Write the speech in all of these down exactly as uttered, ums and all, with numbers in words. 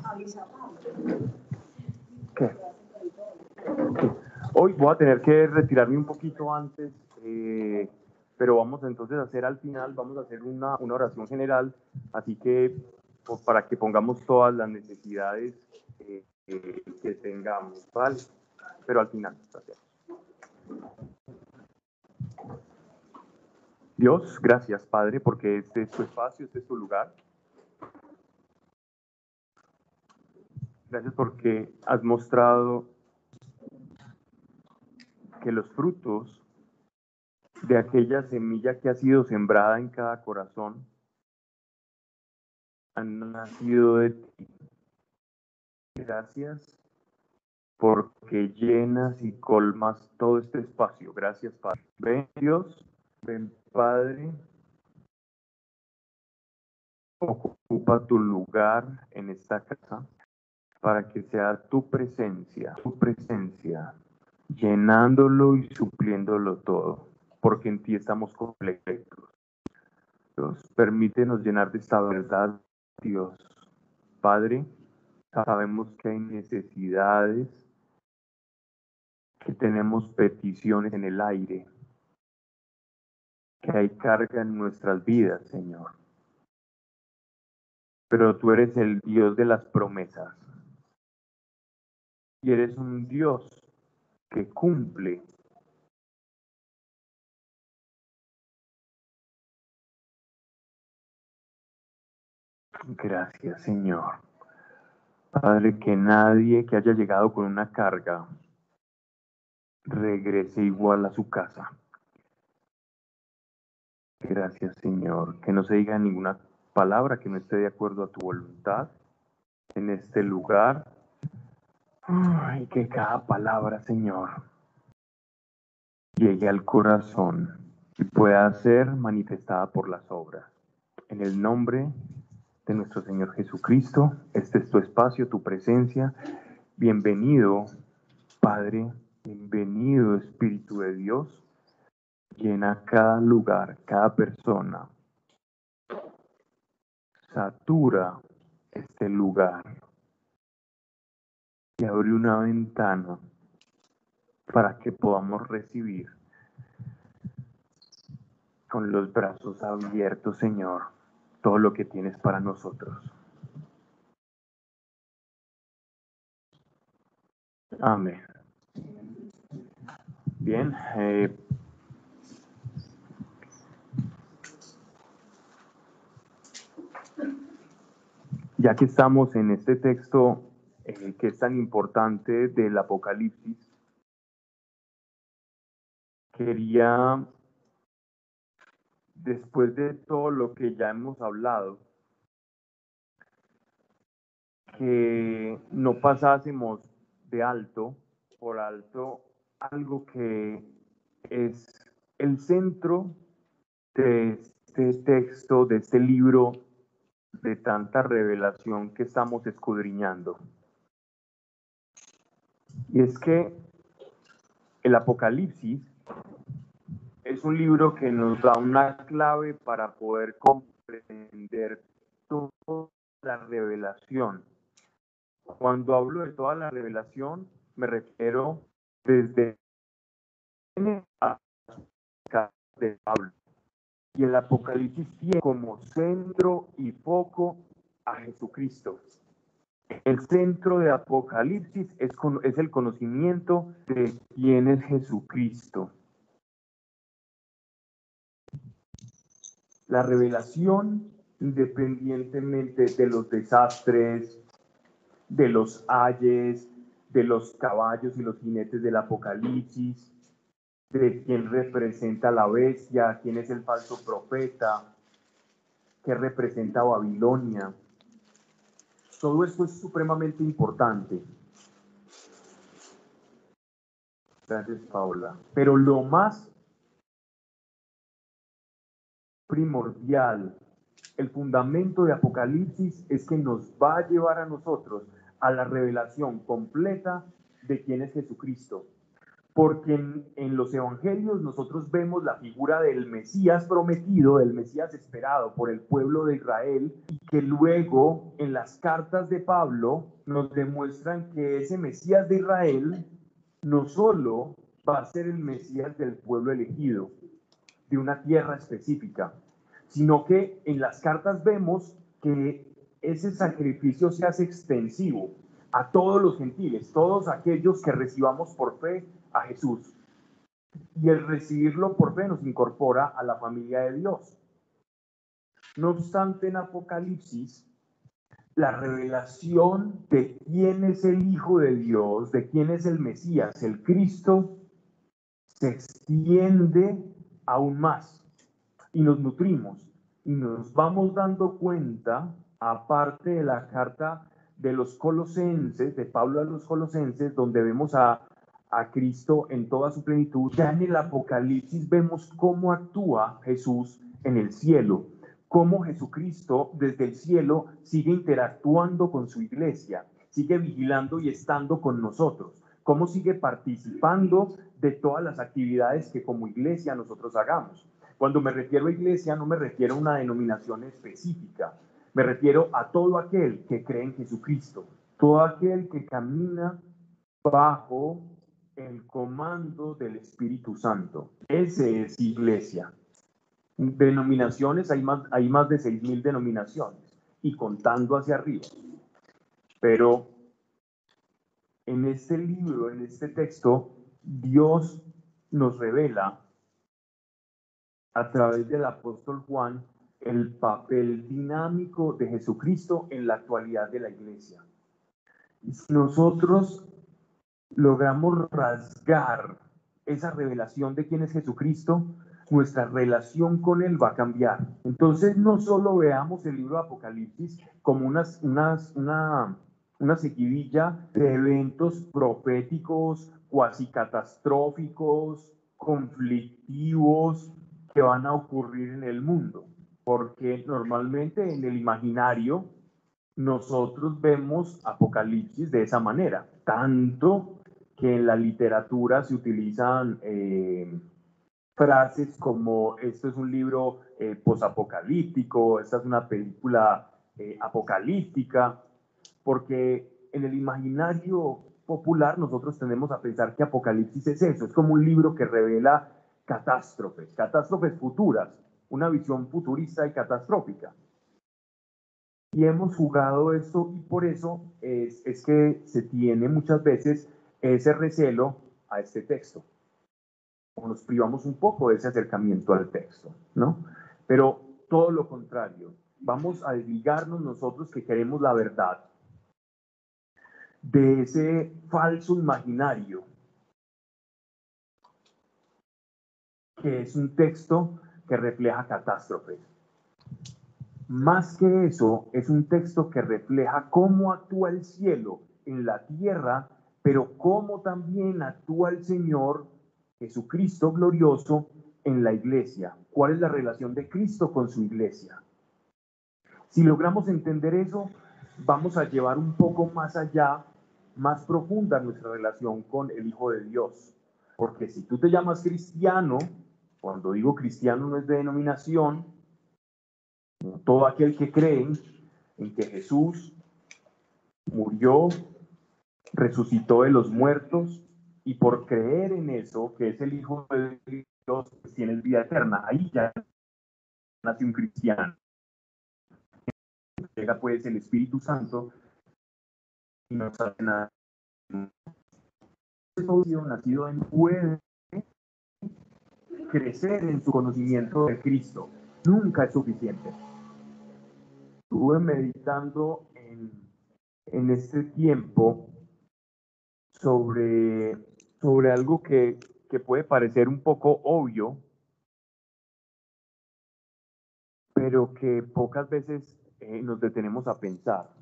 ¿Qué? ¿Qué? Hoy voy a tener que retirarme un poquito antes, eh, pero vamos entonces a hacer al final, vamos a hacer una, una oración general, así que pues, para que pongamos todas las necesidades eh, eh, que tengamos, ¿vale? Pero al final, gracias. Dios, gracias, Padre, porque este es tu espacio, este es tu lugar. Gracias porque has mostrado que los frutos de aquella semilla que ha sido sembrada en cada corazón han nacido de ti. Gracias porque llenas y colmas todo este espacio. Gracias, Padre. Ven, Dios, ven, Padre, ocupa tu lugar en esta casa para que sea tu presencia, tu presencia, llenándolo y supliéndolo todo, porque en ti estamos completos. Dios, permítenos llenar de esta verdad, Dios. Padre, sabemos que hay necesidades, que tenemos peticiones en el aire, que hay carga en nuestras vidas, Señor. Pero tú eres el Dios de las promesas. Y eres un Dios que cumple. Gracias, Señor. Padre, que nadie que haya llegado con una carga regrese igual a su casa. Gracias, Señor. Que no se diga ninguna palabra que no esté de acuerdo a tu voluntad en este lugar. Ay, que cada palabra, Señor, llegue al corazón y pueda ser manifestada por las obras. En el nombre de nuestro Señor Jesucristo, este es tu espacio, tu presencia. Bienvenido, Padre, bienvenido, Espíritu de Dios. Llena cada lugar, cada persona. Satura este lugar y abre una ventana para que podamos recibir con los brazos abiertos, Señor, todo lo que tienes para nosotros. Amén. Bien, eh, ya que estamos en este texto eh, que es tan importante del Apocalipsis, quería, después de todo lo que ya hemos hablado, que no pasásemos de alto, por alto, algo que es el centro de este texto, de este libro de tanta revelación que estamos escudriñando. Y es que el Apocalipsis es un libro que nos da una clave para poder comprender toda la revelación. Cuando hablo de toda la revelación, me refiero desde a de Pablo. Y el Apocalipsis tiene como centro y foco a Jesucristo. El centro de Apocalipsis es, con, es el conocimiento de quién es Jesucristo. La revelación, independientemente de los desastres, de los ayes, de los caballos y los jinetes del Apocalipsis, de quién representa la bestia, quién es el falso profeta, qué representa Babilonia. Todo esto es supremamente importante. Gracias, Paola. Pero lo más primordial, el fundamento de Apocalipsis es que nos va a llevar a nosotros a la revelación completa de quién es Jesucristo. porque en, en los evangelios nosotros vemos la figura del Mesías prometido, del Mesías esperado por el pueblo de Israel, y que luego en las cartas de Pablo nos demuestran que ese Mesías de Israel no solo va a ser el Mesías del pueblo elegido, de una tierra específica, sino que en las cartas vemos que ese sacrificio se hace extensivo a todos los gentiles, todos aquellos que recibamos por fe a Jesús. Y el recibirlo por fe nos incorpora a la familia de Dios. No obstante, en Apocalipsis, la revelación de quién es el Hijo de Dios, de quién es el Mesías, el Cristo, se extiende aún más y nos nutrimos y nos vamos dando cuenta, aparte de la carta de los Colosenses, de Pablo a los Colosenses, donde vemos a, a Cristo en toda su plenitud, ya en el Apocalipsis vemos cómo actúa Jesús en el cielo, cómo Jesucristo desde el cielo sigue interactuando con su iglesia, sigue vigilando y estando con nosotros, cómo sigue participando de todas las actividades que como iglesia nosotros hagamos. Cuando me refiero a iglesia, no me refiero a una denominación específica, me refiero a todo aquel que cree en Jesucristo, todo aquel que camina bajo el comando del Espíritu Santo. Ese es iglesia. Denominaciones, hay más, hay más de seis mil denominaciones, y contando hacia arriba. Pero en este libro, en este texto, Dios nos revela a través del apóstol Juan el papel dinámico de Jesucristo en la actualidad de la iglesia. Y si nosotros logramos rasgar esa revelación de quién es Jesucristo, nuestra relación con Él va a cambiar. Entonces, no solo veamos el libro de Apocalipsis como unas, unas, una, una seguidilla de eventos proféticos, cuasi catastróficos, conflictivos, que van a ocurrir en el mundo, porque normalmente en el imaginario nosotros vemos Apocalipsis de esa manera, tanto que en la literatura se utilizan eh, frases como esto es un libro eh, posapocalíptico, esta es una película eh, apocalíptica, porque en el imaginario popular nosotros tendemos a pensar que Apocalipsis es eso, es como un libro que revela catástrofes, catástrofes futuras, una visión futurista y catastrófica. Y hemos jugado esto y por eso es, es que se tiene muchas veces ese recelo a este texto. O nos privamos un poco de ese acercamiento al texto, ¿no? Pero todo lo contrario, vamos a desligarnos nosotros que queremos la verdad de ese falso imaginario que es un texto que refleja catástrofes. Más que eso, es un texto que refleja cómo actúa el cielo en la tierra, pero cómo también actúa el Señor Jesucristo glorioso en la iglesia. ¿Cuál es la relación de Cristo con su iglesia? Si logramos entender eso, vamos a llevar un poco más allá, más profunda nuestra relación con el Hijo de Dios. Porque si tú te llamas cristiano, cuando digo cristiano no es de denominación, todo aquel que cree en que Jesús murió, resucitó de los muertos, y por creer en eso, que es el Hijo de Dios, pues tienes vida eterna. Ahí ya nace un cristiano. Llega pues el Espíritu Santo y no sabe nada. El nacido en puede crecer en su conocimiento de Cristo. Nunca es suficiente. Estuve meditando en, en este tiempo sobre, sobre algo que, que puede parecer un poco obvio, pero que pocas veces eh, nos detenemos a pensar.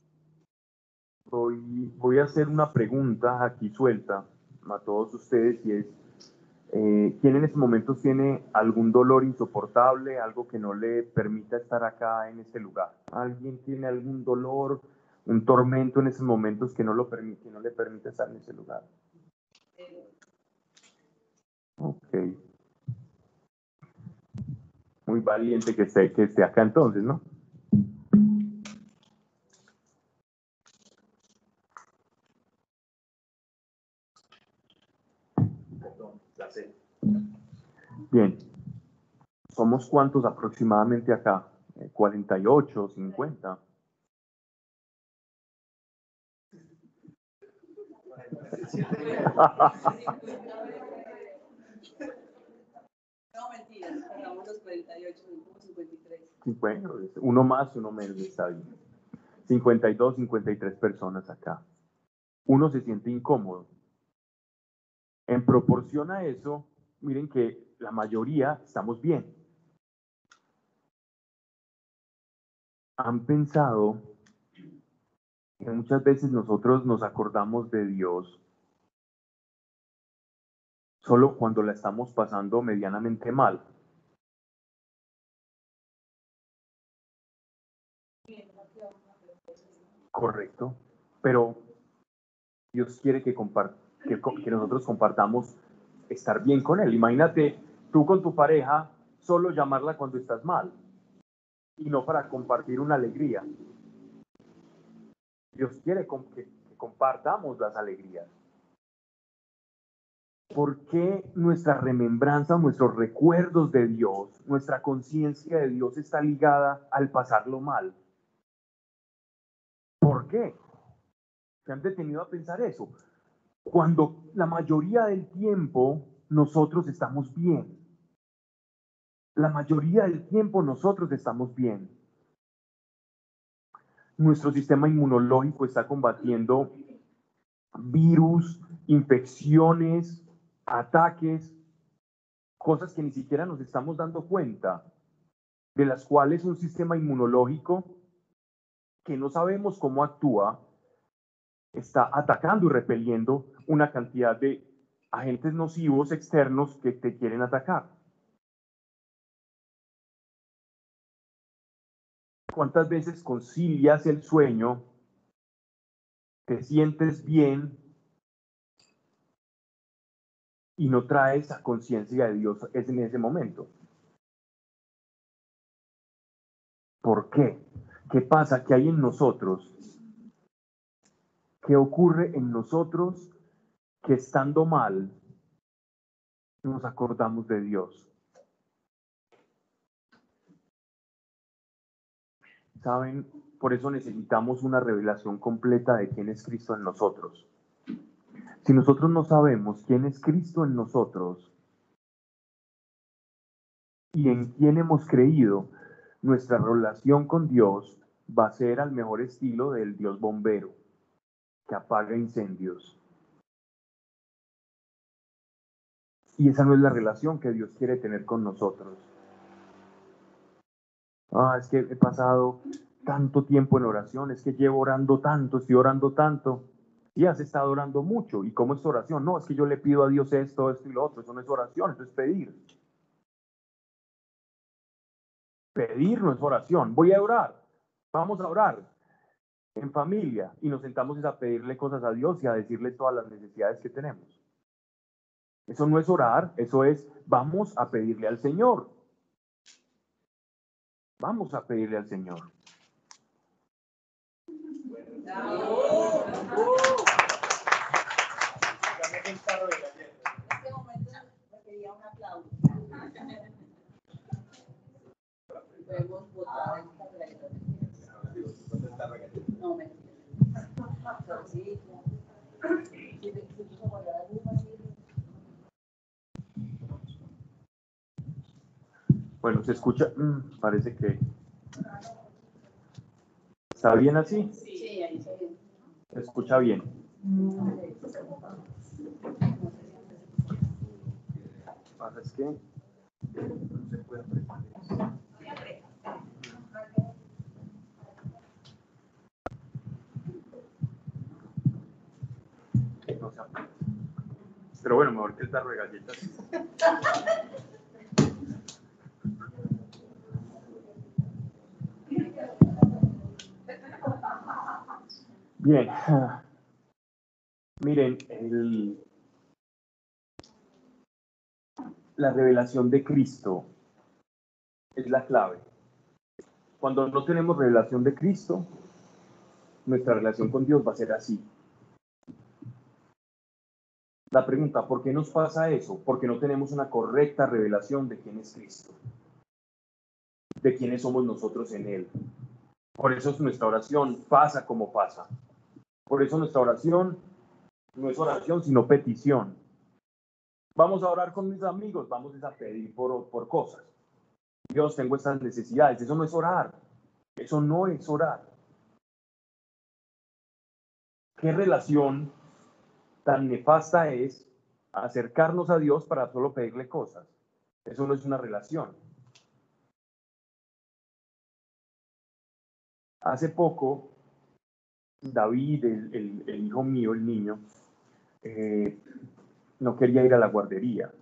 Voy, voy a hacer una pregunta aquí suelta a todos ustedes y es, eh, ¿quién en estos momentos tiene algún dolor insoportable, algo que no le permita estar acá en este lugar? ¿Alguien tiene algún dolor, un tormento en estos momentos que no, lo permite, que no le permite estar en ese lugar? Ok. Muy valiente que esté, que esté acá entonces, ¿no? Bien. ¿Somos cuántos aproximadamente acá? Eh, ¿cuarenta y ocho, cincuenta? No, mentiras, pagamos los cuarenta y ocho, como cincuenta y tres. Bueno, uno más, uno menos, está bien. cincuenta y dos, cincuenta y tres personas acá. Uno se siente incómodo. En proporción a eso, miren que la mayoría estamos bien. Han pensado que muchas veces nosotros nos acordamos de Dios solo cuando la estamos pasando medianamente mal. Correcto. Pero Dios quiere que, compart que, que nosotros compartamos estar bien con Él. Imagínate tú con tu pareja solo llamarla cuando estás mal y no para compartir una alegría. Dios quiere que, que compartamos las alegrías. ¿Por qué nuestra remembranza, nuestros recuerdos de Dios, nuestra conciencia de Dios está ligada al pasarlo mal? ¿Por qué? ¿Se han detenido a pensar eso? Cuando la mayoría del tiempo nosotros estamos bien. La mayoría del tiempo nosotros estamos bien. Nuestro sistema inmunológico está combatiendo virus, infecciones, ataques, cosas que ni siquiera nos estamos dando cuenta, de las cuales un sistema inmunológico que no sabemos cómo actúa está atacando y repeliendo una cantidad de agentes nocivos externos que te quieren atacar. ¿Cuántas veces concilias el sueño, te sientes bien y no traes a conciencia de Dios en ese momento? ¿Por qué? ¿Qué pasa? ¿Qué hay en nosotros? ¿Qué ocurre en nosotros que estando mal nos acordamos de Dios? ¿Saben? Por eso necesitamos una revelación completa de quién es Cristo en nosotros. Si nosotros no sabemos quién es Cristo en nosotros y en quién hemos creído, nuestra relación con Dios va a ser al mejor estilo del Dios bombero, que apaga incendios. Y esa no es la relación que Dios quiere tener con nosotros. Ah, es que he pasado tanto tiempo en oración, es que llevo orando tanto, estoy orando tanto. Y has estado orando mucho. ¿Y cómo es tu oración? No, es que yo le pido a Dios esto, esto y lo otro. Eso no es oración, eso es pedir. Pedir no es oración. Voy a orar. Vamos a orar en familia y nos sentamos a pedirle cosas a Dios y a decirle todas las necesidades que tenemos. Eso no es orar, eso es vamos a pedirle al Señor. Vamos a pedirle al Señor. En este momento me quería un aplauso. Podemos votar esta regla. No, mentira. Sí, Bueno, se escucha, mm, parece que está bien así. sí, ahí está bien. Se escucha bien. Pasa es que no se puede apretar eso. No se aprieta. Pero bueno, mejor que el tarro de galletas. Bien. Miren, el, la revelación de Cristo es la clave. Cuando no tenemos revelación de Cristo, nuestra relación con Dios va a ser así. La pregunta, ¿por qué nos pasa eso? Porque no tenemos una correcta revelación de quién es Cristo, de quiénes somos nosotros en Él. Por eso nuestra oración pasa como pasa. Por eso nuestra oración no es oración, sino petición. Vamos a orar con mis amigos, vamos a pedir por, por cosas. Dios, tengo estas necesidades. Eso no es orar. Eso no es orar. ¿Qué relación tan nefasta es acercarnos a Dios para solo pedirle cosas? Eso no es una relación. Hace poco, David, el, el, el hijo mío, el niño, eh, no quería ir a la guardería.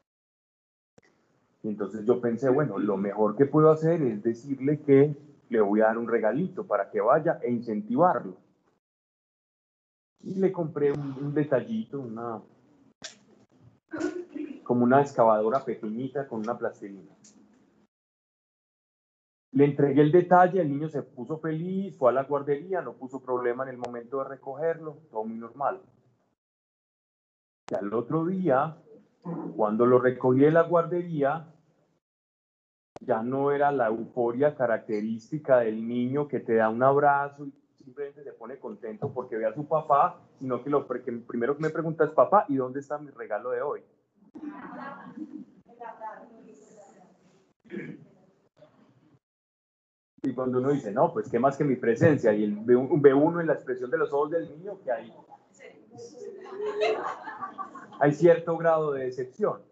Y entonces yo pensé, bueno, lo mejor que puedo hacer es decirle que le voy a dar un regalito para que vaya e incentivarlo. Y le compré un, un detallito, una, como una excavadora pequeñita con una plastilina. Le entregué el detalle, el niño se puso feliz, fue a la guardería, no puso problema en el momento de recogerlo, todo muy normal. Y al otro día, cuando lo recogí de la guardería, ya no era la euforia característica del niño que te da un abrazo y simplemente se pone contento porque ve a su papá, sino que lo que primero que me pregunta es, papá, ¿y dónde está mi regalo de hoy? Y cuando uno dice, no, pues qué más que mi presencia, y el, ve, ve uno en la expresión de los ojos del niño que hay, hay cierto grado de decepción.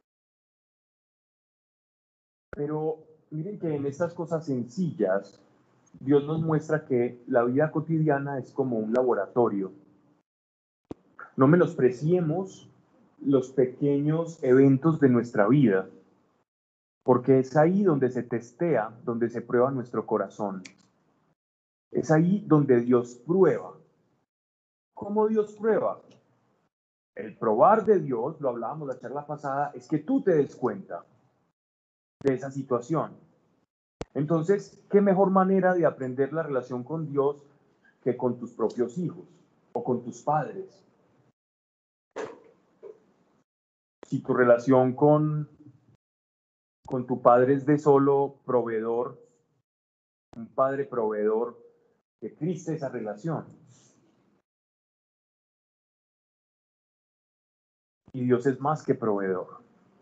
Pero miren que en estas cosas sencillas, Dios nos muestra que la vida cotidiana es como un laboratorio. No menospreciemos los pequeños eventos de nuestra vida, porque es ahí donde se testea, donde se prueba nuestro corazón. Es ahí donde Dios prueba. ¿Cómo Dios prueba? El probar de Dios, lo hablábamos la charla pasada, es que tú te des cuenta de esa situación. Entonces, ¿qué mejor manera de aprender la relación con Dios que con tus propios hijos o con tus padres? Si tu relación con, con tu padre es de solo proveedor, un padre proveedor, qué triste esa relación. Y Dios es más que proveedor.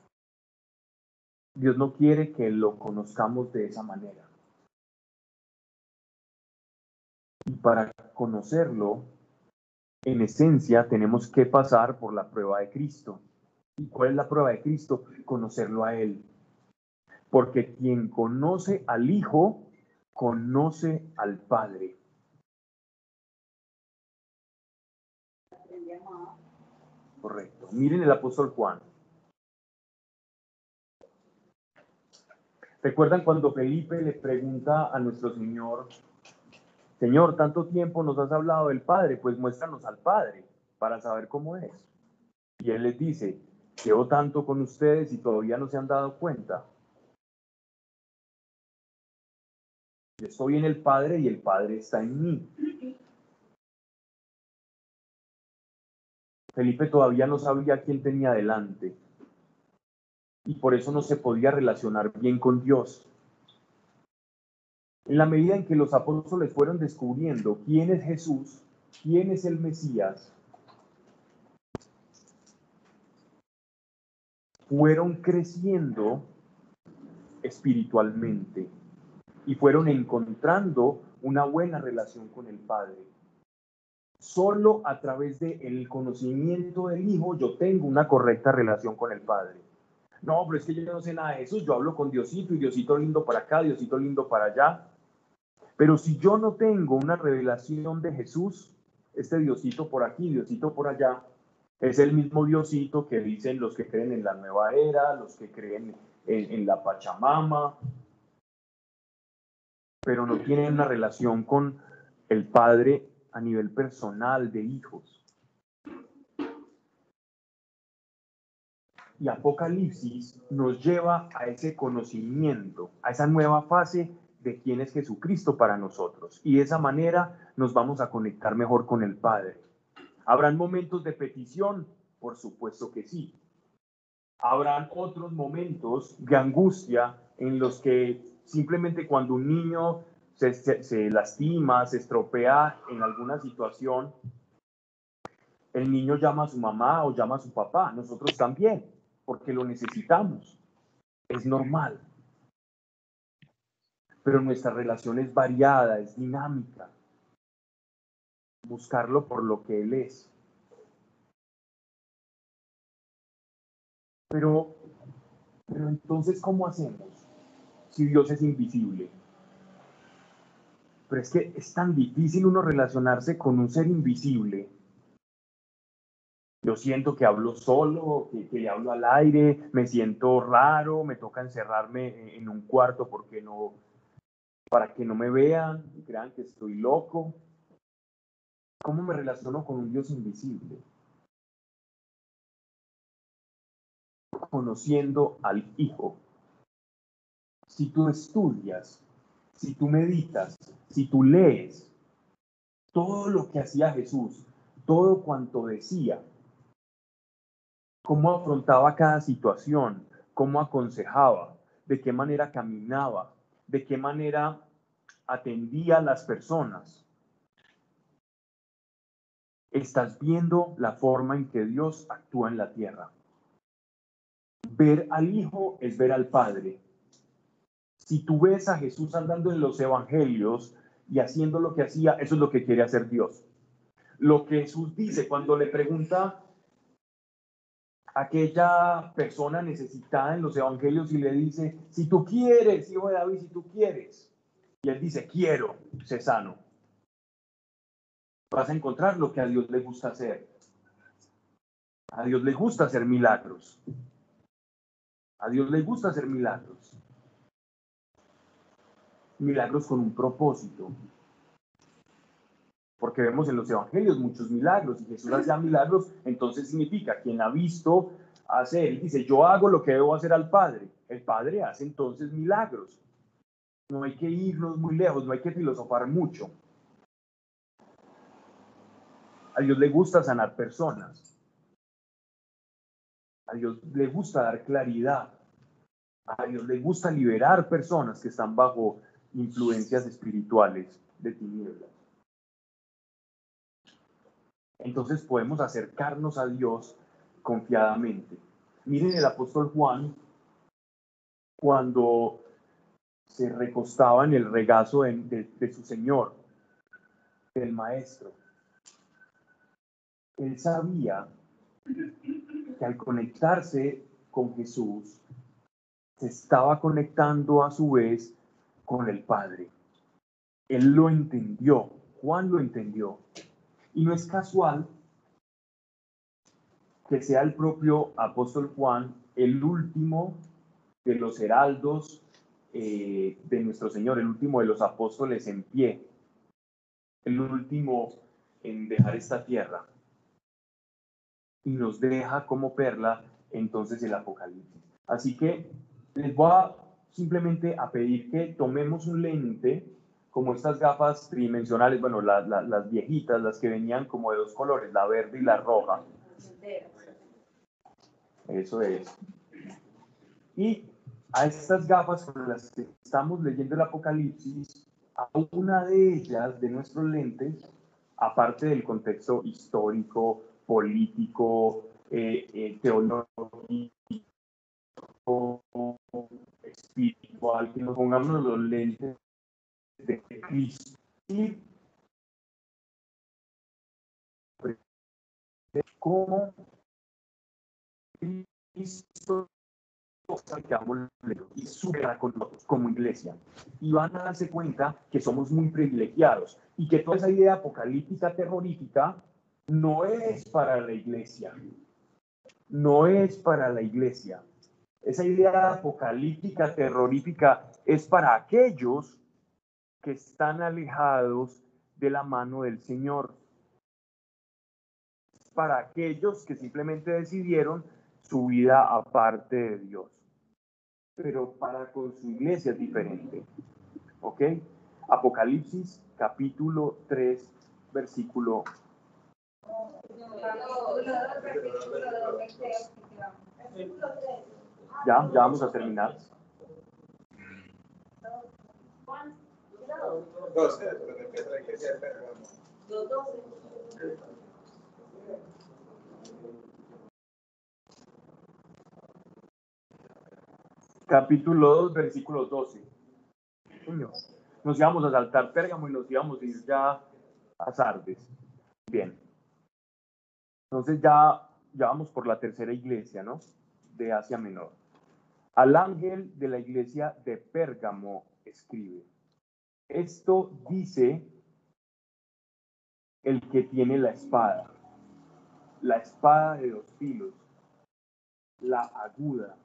Dios no quiere que lo conozcamos de esa manera. Y para conocerlo, en esencia, tenemos que pasar por la prueba de Cristo. ¿Y cuál es la prueba de Cristo? Conocerlo a Él. Porque quien conoce al Hijo, conoce al Padre. Correcto. Miren el apóstol Juan. ¿Recuerdan cuando Felipe le pregunta a nuestro Señor, Señor, tanto tiempo nos has hablado del Padre, pues muéstranos al Padre para saber cómo es? Y Él les dice, llevo tanto con ustedes y todavía no se han dado cuenta. Yo estoy en el Padre y el Padre está en mí. Felipe todavía no sabía quién tenía delante y por eso no se podía relacionar bien con Dios. En la medida en que los apóstoles fueron descubriendo quién es Jesús, quién es el Mesías, fueron creciendo espiritualmente y fueron encontrando una buena relación con el Padre. Solo a través del conocimiento del Hijo yo tengo una correcta relación con el Padre. No, pero es que yo no sé nada de Jesús, yo hablo con Diosito y Diosito lindo para acá, Diosito lindo para allá. Pero si yo no tengo una revelación de Jesús, este Diosito por aquí, Diosito por allá, es el mismo Diosito que dicen los que creen en la nueva era, los que creen en, en la Pachamama, pero no tienen una relación con el Padre a nivel personal de hijos. Y Apocalipsis nos lleva a ese conocimiento, a esa nueva fase de quién es Jesucristo para nosotros. Y de esa manera nos vamos a conectar mejor con el Padre. ¿Habrán momentos de petición? Por supuesto que sí. Habrán otros momentos de angustia en los que simplemente cuando un niño se, se, se lastima, se estropea en alguna situación, el niño llama a su mamá o llama a su papá. Nosotros también, porque lo necesitamos. Es normal. Pero nuestra relación es variada, es dinámica. Buscarlo por lo que Él es. Pero, pero entonces, ¿cómo hacemos si Dios es invisible? Pero es que es tan difícil uno relacionarse con un ser invisible. Yo siento que hablo solo, que, que le hablo al aire, me siento raro, me toca encerrarme en un cuarto porque no, para que no me vean y crean que estoy loco. ¿Cómo me relaciono con un Dios invisible? Conociendo al Hijo. Si tú estudias, si tú meditas, si tú lees todo lo que hacía Jesús, todo cuanto decía, cómo afrontaba cada situación, cómo aconsejaba, de qué manera caminaba, de qué manera atendía a las personas, estás viendo la forma en que Dios actúa en la tierra. Ver al Hijo es ver al Padre. Si tú ves a Jesús andando en los evangelios y haciendo lo que hacía, eso es lo que quiere hacer Dios. Lo que Jesús dice cuando le pregunta a aquella persona necesitada en los evangelios y le dice, si tú quieres, hijo de David, si tú quieres. Y él dice, quiero, sé sano. Vas a encontrar lo que a Dios le gusta hacer. A Dios le gusta hacer milagros. A Dios le gusta hacer milagros. Milagros con un propósito. Porque vemos en los evangelios muchos milagros. Y Jesús hacía milagros, entonces significa quien ha visto hacer. Dice, yo hago lo que debo hacer al Padre. El Padre hace entonces milagros. No hay que irnos muy lejos, no hay que filosofar mucho. A Dios le gusta sanar personas. A Dios le gusta dar claridad. A Dios le gusta liberar personas que están bajo influencias espirituales de tinieblas. Entonces podemos acercarnos a Dios confiadamente. Miren el apóstol Juan cuando se recostaba en el regazo de, de, de su Señor, del Maestro. Él sabía que al conectarse con Jesús, se estaba conectando a su vez con el Padre. Él lo entendió, Juan lo entendió. Y no es casual que sea el propio apóstol Juan el último de los heraldos eh, de nuestro Señor, el último de los apóstoles en pie, el último en dejar esta tierra. Y nos deja como perla entonces el Apocalipsis. Así que les voy a simplemente a pedir que tomemos un lente, como estas gafas tridimensionales, bueno, la, la, las viejitas, las que venían como de dos colores, la verde y la roja. Eso es. Y a estas gafas con las que estamos leyendo el Apocalipsis, a una de ellas, de nuestros lentes, aparte del contexto histórico, político, eh, eh, teológico, espiritual, que nos pongamos los lentes de Cristo y cómo Cristo y supera con nosotros como iglesia. Y van a darse cuenta que somos muy privilegiados y que toda esa idea apocalíptica terrorífica no es para la iglesia. No es para la iglesia. Esa idea apocalíptica terrorífica es para aquellos que están alejados de la mano del Señor. Para aquellos que simplemente decidieron su vida aparte de Dios. Pero para con su iglesia es diferente. ¿Ok? Apocalipsis capítulo tres, versículo. Ya, ya vamos a terminar. Capítulo dos, versículo doce. Señor, nos íbamos a saltar Pérgamo y nos íbamos a ir ya a Sardes. Bien. Entonces ya, ya vamos por la tercera iglesia, ¿no? De Asia Menor. Al ángel de la iglesia de Pérgamo escribe: esto dice el que tiene la espada, la espada de dos filos, la aguda.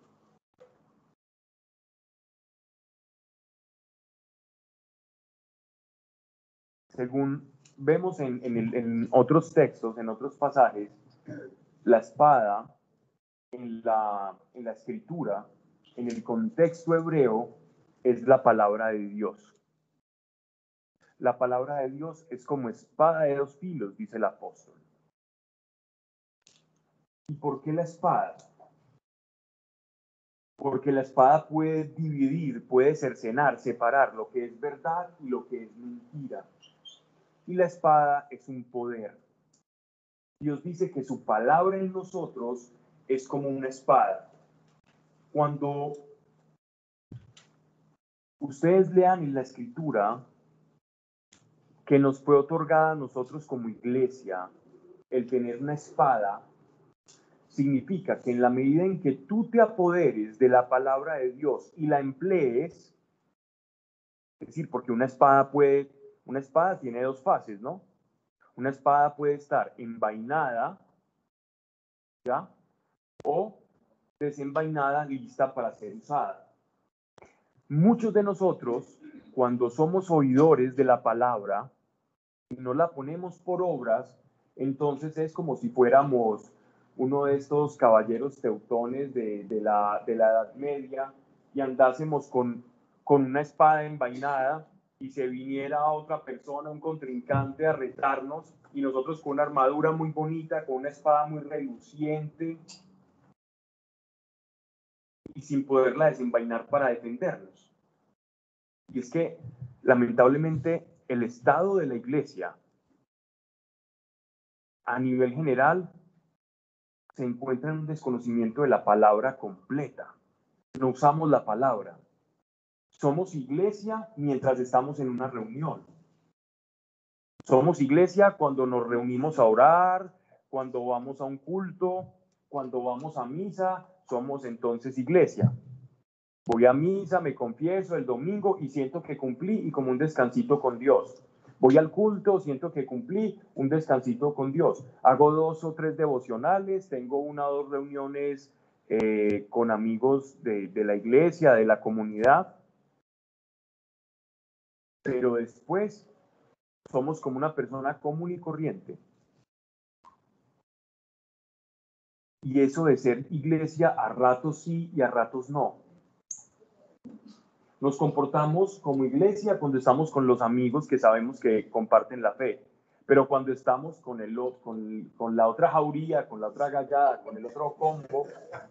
Según vemos en, en, el, en otros textos, en otros pasajes, la espada en la, en la escritura, en el contexto hebreo, es la palabra de Dios. La palabra de Dios es como espada de dos filos, dice el apóstol. ¿Y por qué la espada? Porque la espada puede dividir, puede cercenar, separar lo que es verdad y lo que es mentira. Y la espada es un poder. Dios dice que su palabra en nosotros es como una espada. Cuando ustedes lean en la escritura que nos fue otorgada a nosotros como iglesia el tener una espada, significa que en la medida en que tú te apoderes de la palabra de Dios y la emplees, es decir, porque una espada puede, una espada tiene dos fases, ¿no? Una espada puede estar envainada, ¿ya? O desenvainada, lista para ser usada. Muchos de nosotros, cuando somos oidores de la palabra y no la ponemos por obras, entonces es como si fuéramos uno de estos caballeros teutones de, de, la, de la Edad Media y andásemos con, con una espada envainada y se viniera otra persona, un contrincante, a retarnos y nosotros con una armadura muy bonita, con una espada muy reluciente y sin poderla desenvainar para defendernos. Y es que, lamentablemente, el estado de la iglesia, a nivel general, se encuentra en un desconocimiento de la palabra completa. No usamos la palabra. Somos iglesia mientras estamos en una reunión. Somos iglesia cuando nos reunimos a orar, cuando vamos a un culto, cuando vamos a misa, somos entonces iglesia. Voy a misa, me confieso el domingo y siento que cumplí y como un descansito con Dios. Voy al culto, siento que cumplí un descansito con Dios. Hago dos o tres devocionales, tengo una o dos reuniones eh, con amigos de, de la iglesia, de la comunidad. Pero después somos como una persona común y corriente. Y eso de ser iglesia a ratos sí y a ratos no. Nos comportamos como iglesia cuando estamos con los amigos que sabemos que comparten la fe, pero cuando estamos con, el, con, con la otra jauría, con la otra gallada, con el otro combo,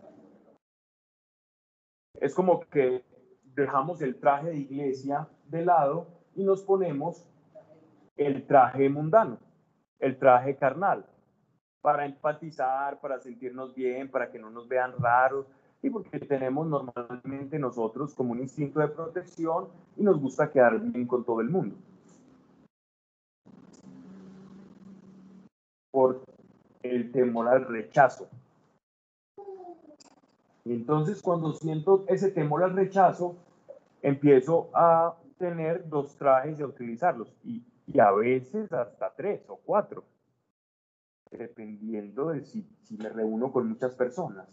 es como que dejamos el traje de iglesia de lado y nos ponemos el traje mundano, el traje carnal, para empatizar, para sentirnos bien, para que no nos vean raros, y porque tenemos normalmente nosotros como un instinto de protección y nos gusta quedar bien con todo el mundo. Por el temor al rechazo. Y entonces cuando siento ese temor al rechazo, empiezo a tener dos trajes y a utilizarlos, y, y a veces hasta tres o cuatro, dependiendo de si, si me reúno con muchas personas.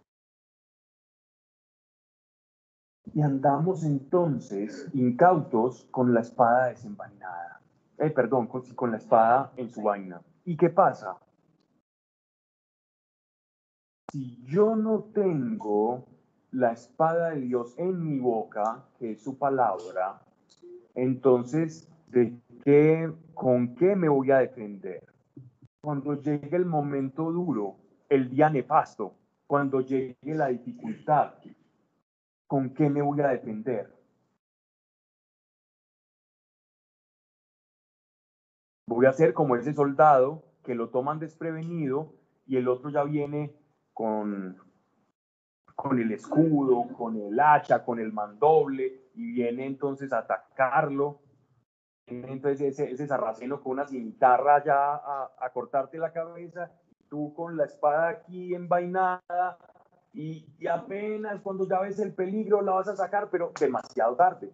Y andamos entonces incautos con la espada desenvainada. Eh, perdón, con, con la espada en su vaina. ¿Y qué pasa? si yo no tengo la espada de Dios en mi boca, que es su palabra, entonces, ¿de qué, con qué me voy a defender? Cuando llegue el momento duro, el día nefasto, cuando llegue la dificultad, ¿con qué me voy a defender? Voy a ser como ese soldado que lo toman desprevenido y el otro ya viene con, con el escudo, con el hacha, con el mandoble y viene entonces a atacarlo. Entonces ese, ese sarraceno con una cimitarra ya a, a cortarte la cabeza, tú con la espada aquí envainada y, y apenas cuando ya ves el peligro la vas a sacar, pero demasiado tarde.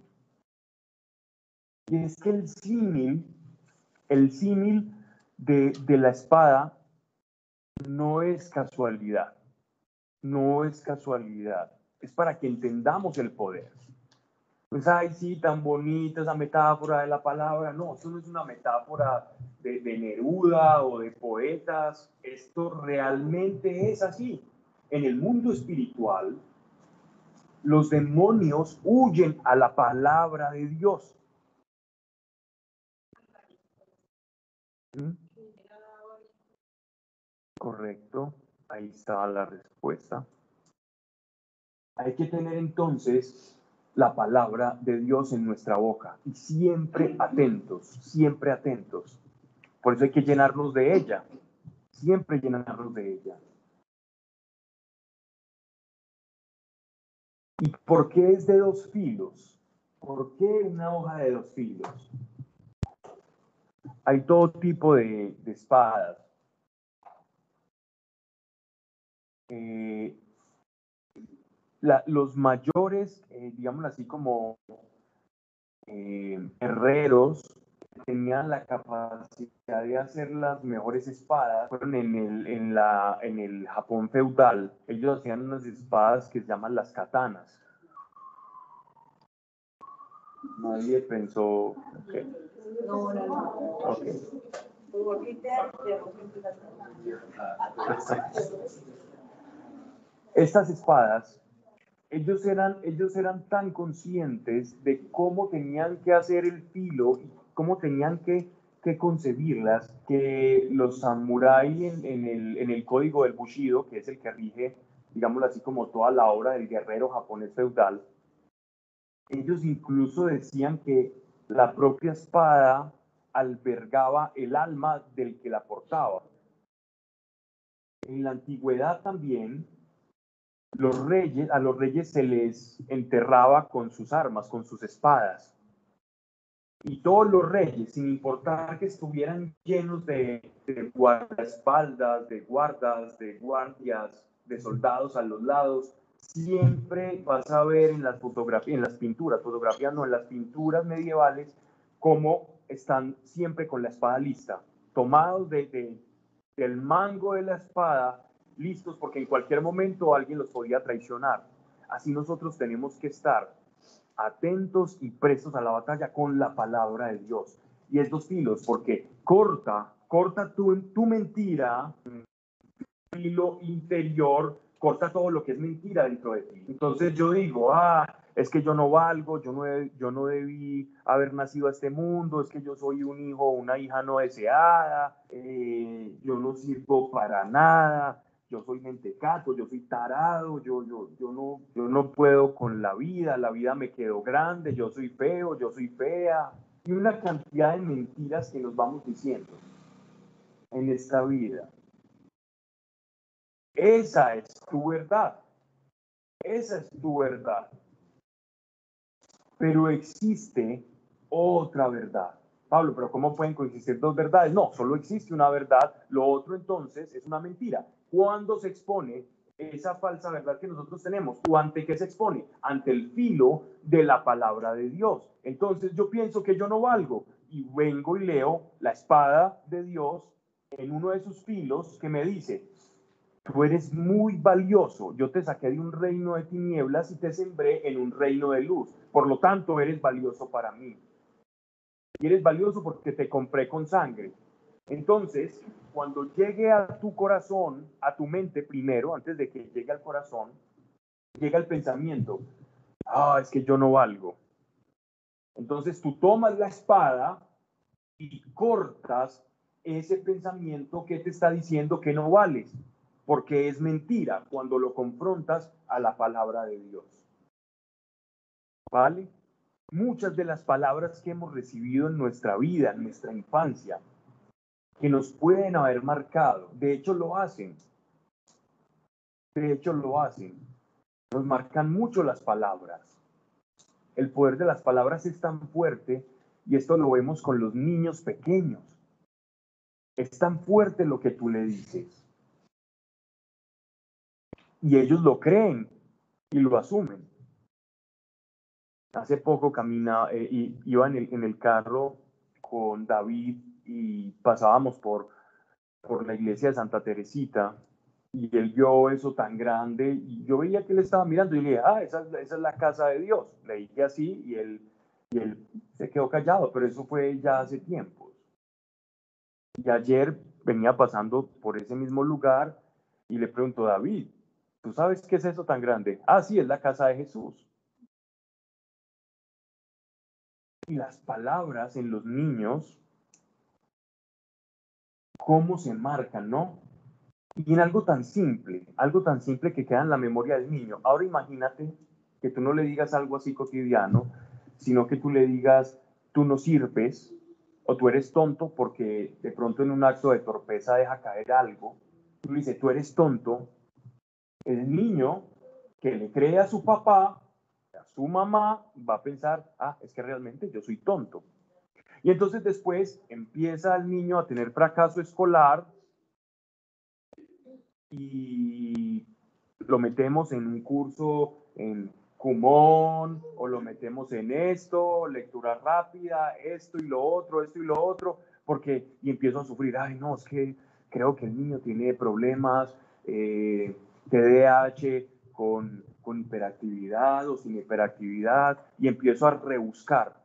Y es que el símil, el símil de, de la espada no es casualidad, no es casualidad, es para que entendamos el poder. Pues, ay, sí, tan bonita esa metáfora de la palabra. No, eso no es una metáfora de, de Neruda o de poetas. Esto realmente es así. En el mundo espiritual, los demonios huyen a la palabra de Dios. ¿Mm? Correcto, ahí está la respuesta. Hay que tener entonces la palabra de Dios en nuestra boca y siempre atentos, siempre atentos. Por eso hay que llenarnos de ella, siempre llenarnos de ella. ¿Y por qué es de dos filos? ¿Por qué una hoja de dos filos? Hay todo tipo de, de espadas. Eh, la, los mayores, eh, digamos así como eh, herreros, tenían la capacidad de hacer las mejores espadas. Fueron en el, en, la, en el Japón feudal. Ellos hacían unas espadas que se llaman las katanas. Nadie pensó... Okay. No, no, no. Okay. Estas espadas, ellos eran, ellos eran tan conscientes de cómo tenían que hacer el filo y cómo tenían que, que concebirlas, que los samuráis en, en, el, en el código del Bushido, que es el que rige, digámoslo así, como toda la obra del guerrero japonés feudal, ellos incluso decían que la propia espada albergaba el alma del que la portaba. En la antigüedad también, los reyes, a los reyes se les enterraba con sus armas, con sus espadas. Y todos los reyes, sin importar que estuvieran llenos de, de guardaespaldas, de guardas, de guardias, de soldados a los lados, siempre vas a ver en las fotografías, en las pinturas, fotografías no, en las pinturas medievales, cómo están siempre con la espada lista, tomados de, de, del mango de la espada, listos porque en cualquier momento alguien los podía traicionar. Así nosotros tenemos que estar atentos y prestos a la batalla con la palabra de Dios. Y es dos filos, porque corta, corta tu, tu mentira, filo interior, corta todo lo que es mentira dentro de ti. Entonces yo digo, ah, es que yo no valgo, yo no, he, yo no debí haber nacido a este mundo, es que yo soy un hijo o una hija no deseada, eh, yo no sirvo para nada, yo soy mentecato, yo soy tarado, yo, yo, yo, no, yo no puedo con la vida, la vida me quedó grande, yo soy feo, yo soy fea, y una cantidad de mentiras que nos vamos diciendo en esta vida. Esa es tu verdad. Esa es tu verdad. Pero existe otra verdad. Pablo, pero ¿cómo pueden coexistir dos verdades? No, solo existe una verdad. Lo otro entonces es una mentira. ¿Cuándo se expone esa falsa verdad que nosotros tenemos? ¿O ante qué se expone? Ante el filo de la palabra de Dios. Entonces yo pienso que yo no valgo y vengo y leo la espada de Dios en uno de sus filos que me dice: tú eres muy valioso, yo te saqué de un reino de tinieblas y te sembré en un reino de luz, por lo tanto eres valioso para mí. Y eres valioso porque te compré con sangre. Entonces, cuando llegue a tu corazón, a tu mente primero, antes de que llegue al corazón, llega el pensamiento, ah, es que yo no valgo. Entonces tú tomas la espada y cortas ese pensamiento que te está diciendo que no vales, porque es mentira cuando lo confrontas a la palabra de Dios. ¿Vale? Muchas de las palabras que hemos recibido en nuestra vida, en nuestra infancia, que nos pueden haber marcado, de hecho lo hacen, de hecho lo hacen, nos marcan mucho las palabras. El poder de las palabras es tan fuerte, y esto lo vemos con los niños pequeños. Es tan fuerte lo que tú le dices. Y ellos lo creen y lo asumen. Hace poco caminaba, eh, y iba en el, en el carro con David y pasábamos por, por la iglesia de Santa Teresita, y él vio eso tan grande y yo veía que él estaba mirando y le dije, ah, esa, es- esa es la casa de Dios. Le dije así y él, y él se quedó callado, pero eso fue ya hace tiempos. Y ayer venía pasando por ese mismo lugar y le pregunto, David, ¿tú sabes qué es eso tan grande? Ah, sí, es la casa de Jesús. Y las palabras en los niños, cómo se marcan, ¿no? Y en algo tan simple, algo tan simple que queda en la memoria del niño. Ahora imagínate que tú no le digas algo así cotidiano, sino que tú le digas, tú no sirves, o tú eres tonto porque de pronto en un acto de torpeza deja caer algo. Tú le dices, tú eres tonto. El niño que le cree a su papá, a su mamá, va a pensar, ah, es que realmente yo soy tonto. Y entonces después empieza el niño a tener fracaso escolar y lo metemos en un curso en Kumon, o lo metemos en esto, lectura rápida, esto y lo otro, esto y lo otro, porque, y empiezo a sufrir, ay no, es que creo que el niño tiene problemas, eh, T D A H con, con hiperactividad o sin hiperactividad, y empiezo a rebuscar.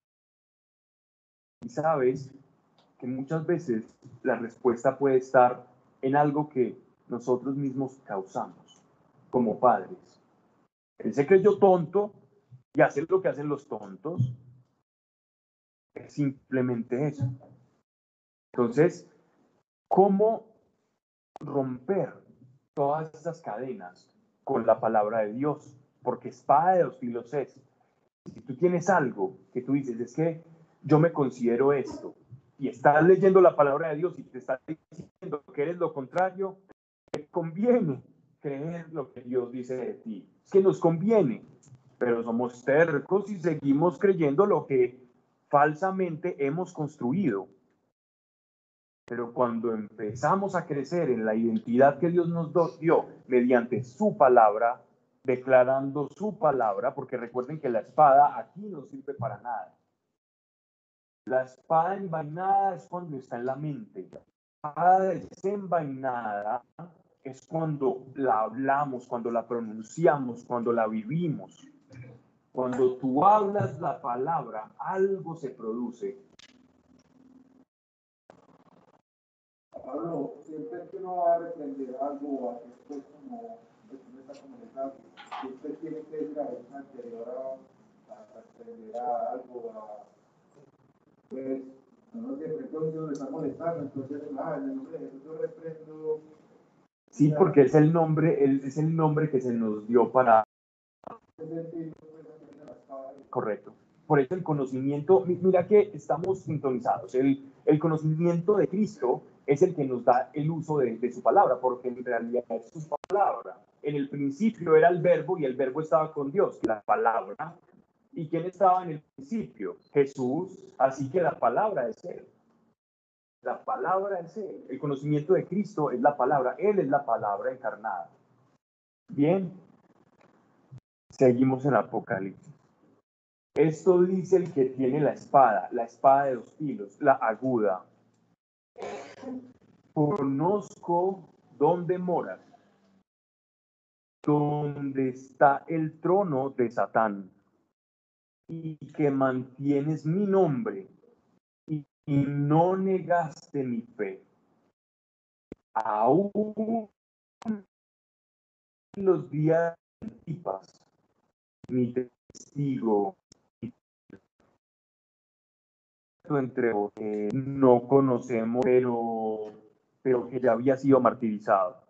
Y sabes que muchas veces la respuesta puede estar en algo que nosotros mismos causamos como padres. Él se creyó tonto y hace lo que hacen los tontos. Es simplemente eso. Entonces, ¿cómo romper todas esas cadenas con la palabra de Dios? Porque espada de dos filos es. Si tú tienes algo que tú dices, es que yo me considero esto, y estás leyendo la palabra de Dios y te está diciendo que eres lo contrario, te conviene creer lo que Dios dice de ti. Es que nos conviene, pero somos tercos y seguimos creyendo lo que falsamente hemos construido. Pero cuando empezamos a crecer en la identidad que Dios nos dio mediante su palabra, declarando su palabra, porque recuerden que la espada aquí no sirve para nada. La espada envainada es cuando está en la mente. La espada desenvainada es cuando la hablamos, cuando la pronunciamos, cuando la vivimos. Cuando tú hablas la palabra, algo se produce. Pablo, siempre que uno va a reprender algo o a después como uno está comunicando, siempre tiene que ir a vez anterior a, a reprender a algo, a, pues, no sé, por ejemplo, uno le está molestando, entonces, ah, en el nombre de Jesús yo reprendo. Sí, porque es el nombre, es el nombre que se nos dio para... Correcto. Por eso el conocimiento, mira que estamos sintonizados. El, el conocimiento de Cristo es el que nos da el uso de, de su palabra, porque en realidad es su palabra. En el principio era el verbo y el verbo estaba con Dios, la palabra. ¿Y quién estaba en el principio? Jesús. Así que la palabra es Él. La palabra es Él. El conocimiento de Cristo es la palabra. Él es la palabra encarnada. Bien, seguimos en Apocalipsis. Esto dice el que tiene la espada, la espada de dos filos, la aguda. Conozco dónde moras, donde está el trono de Satán, y que mantienes mi nombre y y no negaste mi fe, aún en los días de Antipas, mi testigo, entre vos, eh, no conocemos, pero, pero que ya había sido martirizado.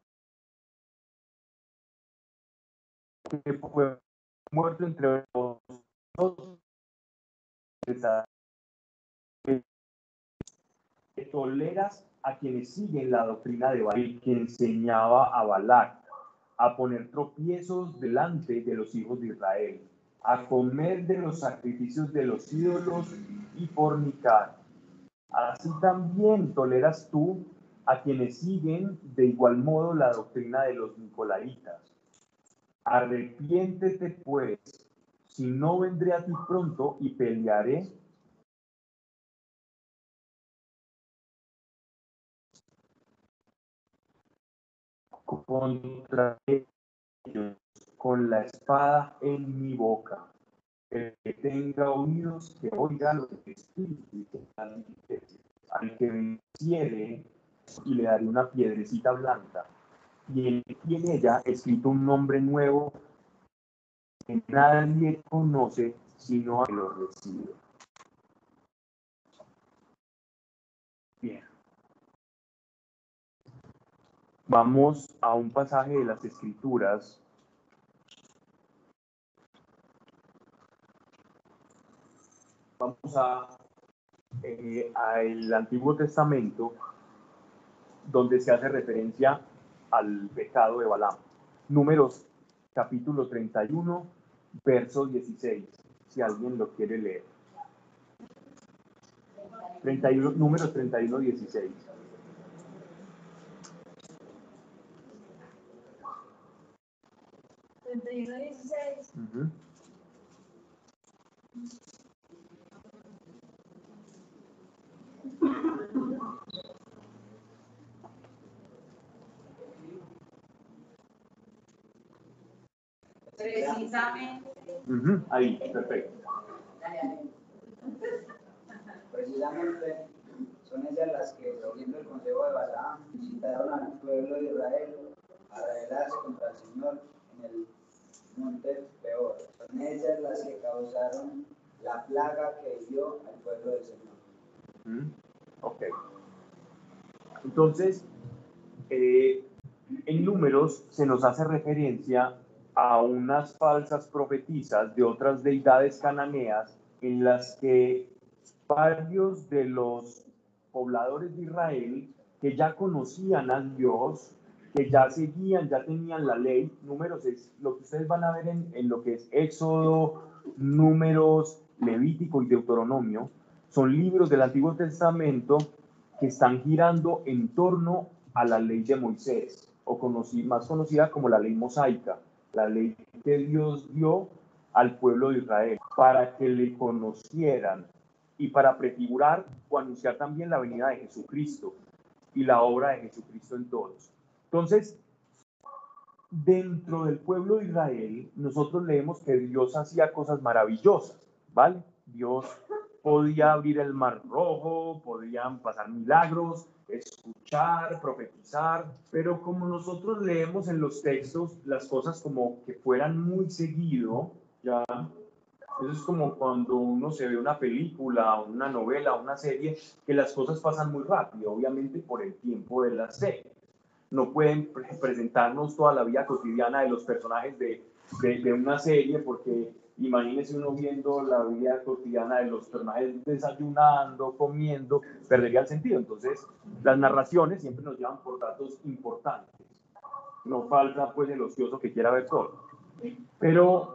Que fue muerto entre vosotros, que toleras a quienes siguen la doctrina de Balaam, que enseñaba a Balac a poner tropiezos delante de los hijos de Israel, a comer de los sacrificios de los ídolos y fornicar. Así también toleras tú a quienes siguen de igual modo la doctrina de los nicolaitas. Arrepiéntete pues, si no vendré a ti pronto y pelearé contra ellos con la espada en mi boca. El que tenga oídos, que oiga los espíritus que están en mi iglesia. Al que venciere, y le daré una piedrecita blanca, y en, y en ella escrito un nombre nuevo que nadie conoce sino a que lo recibe. Bien. Vamos a un pasaje de las Escrituras vamos a eh, al Antiguo Testamento, donde se hace referencia al pecado de Balaam. Números capítulo treinta y uno, verso dieciséis, si alguien lo quiere leer. treinta y uno, números treinta y uno, dieciséis. treinta y uno, dieciséis. Uh-huh. Precisamente. Uh-huh. Ahí, perfecto. Precisamente son ellas las que, siguiendo el consejo de Balaam, incitaron al pueblo de Israel a rebelarse contra el Señor en el monte Peor. Son ellas las que causaron la plaga que hirió al pueblo del Señor. Uh-huh. Ok. Entonces, eh, en Números se nos hace referencia a unas falsas profetisas de otras deidades cananeas en las que varios de los pobladores de Israel que ya conocían a Dios, que ya seguían, ya tenían la ley. Números es lo que ustedes van a ver en, en lo que es Éxodo, Números, Levítico y Deuteronomio. Son libros del Antiguo Testamento que están girando en torno a la ley de Moisés, o conocí, más conocida como la ley mosaica, la ley que Dios dio al pueblo de Israel para que le conocieran y para prefigurar o anunciar también la venida de Jesucristo y la obra de Jesucristo en todos. Entonces, dentro del pueblo de Israel, nosotros leemos que Dios hacía cosas maravillosas, ¿vale? Dios podía abrir el mar rojo, podían pasar milagros, escuchar, profetizar, pero como nosotros leemos en los textos las cosas como que fueran muy seguido, ya, eso es como cuando uno se ve una película, una novela, una serie, que las cosas pasan muy rápido, obviamente por el tiempo de la serie. No pueden pre presentarnos toda la vida cotidiana de los personajes de, de, de una serie, porque imagínese uno viendo la vida cotidiana de los personajes desayunando, comiendo, perdería el sentido. Entonces, las narraciones siempre nos llevan por datos importantes. No falta pues el ocioso que quiera ver todo. Pero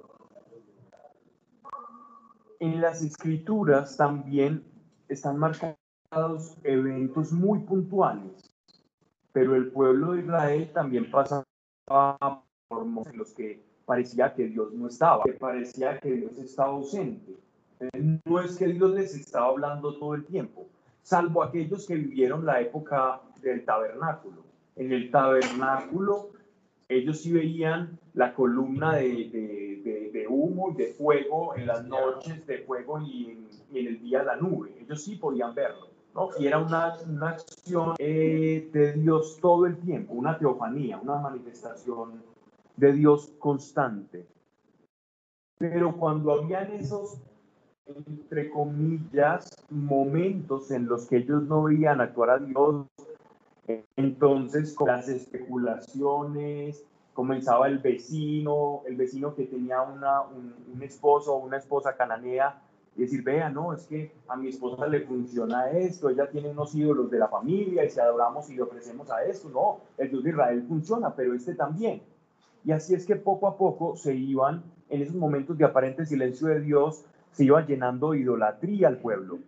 en las escrituras también están marcados eventos muy puntuales. Pero el pueblo de Israel también pasaba por momentos en los que parecía que Dios no estaba, que parecía que Dios estaba ausente. No es que Dios les estaba hablando todo el tiempo, salvo aquellos que vivieron la época del tabernáculo. En el tabernáculo ellos sí veían la columna de, de, de, de humo humo y de fuego en las noches, de fuego y en, y en el día la nube. Ellos sí podían verlo, ¿no? Y era una, una acción eh, de Dios todo el tiempo, una teofanía, una manifestación de Dios constante. Pero cuando habían esos, entre comillas, momentos en los que ellos no veían actuar a Dios, entonces con las especulaciones, comenzaba el vecino, el vecino que tenía una, un, un esposo o una esposa cananea, y decir, vea, no, es que a mi esposa le funciona esto, ella tiene unos ídolos de la familia y si adoramos y le ofrecemos a esto, no, el Dios de Israel funciona, pero este también. Y así es que poco a poco se iban, en esos momentos de aparente silencio de Dios, se iba llenando de idolatría al pueblo.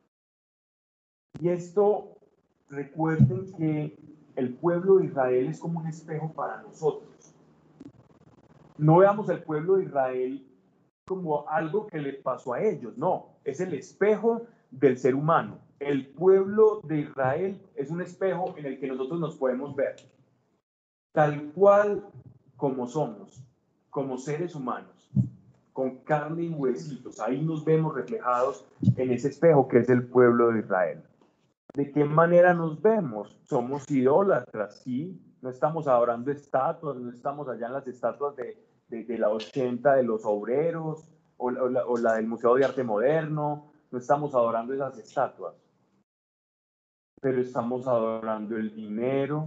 Y esto, recuerden que el pueblo de Israel es como un espejo para nosotros. No veamos al pueblo de Israel como algo que le pasó a ellos, no, es el espejo del ser humano. El pueblo de Israel es un espejo en el que nosotros nos podemos ver, tal cual como somos, como seres humanos, con carne y huesitos. Ahí nos vemos reflejados en ese espejo que es el pueblo de Israel. ¿De qué manera nos vemos? Somos idólatras, ¿sí? No estamos adorando estatuas, no estamos allá en las estatuas de, de, de la ochenta de los obreros o, o, la, o la del Museo de Arte Moderno, no estamos adorando esas estatuas, pero estamos adorando el dinero,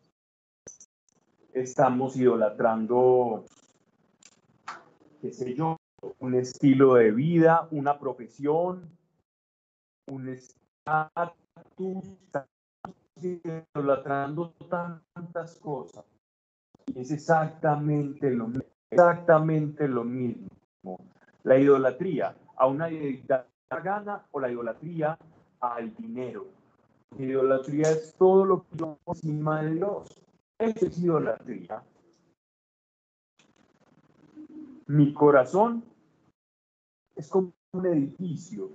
estamos idolatrando, qué sé yo, un estilo de vida, una profesión, un estatus, idolatrando tantas cosas. Y es exactamente lo mismo, exactamente lo mismo. La idolatría a una deidad pagana o la idolatría al dinero. La idolatría es todo lo que yo encima de Dios. Eso es idolatría. Mi corazón es como un edificio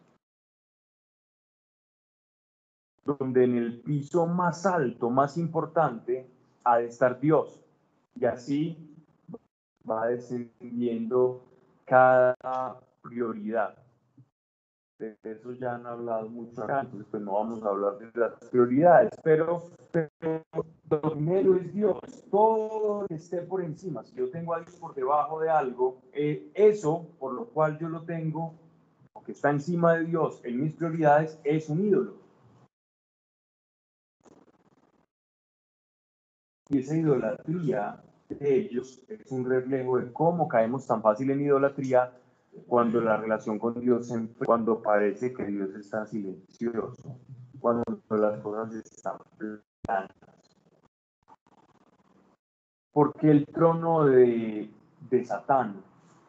donde en el piso más alto, más importante, ha de estar Dios. Y así va descendiendo cada prioridad. De eso ya han hablado mucho acá, entonces pues no vamos a hablar de las prioridades, pero, pero lo primero es Dios, todo lo que esté por encima. Si yo tengo a Dios por debajo de algo, eh, eso por lo cual yo lo tengo, o que está encima de Dios en mis prioridades, es un ídolo. Y esa idolatría de ellos es un reflejo de cómo caemos tan fácil en idolatría cuando la relación con Dios, cuando parece que Dios está silencioso, cuando las cosas están planas. Porque el trono de, de Satán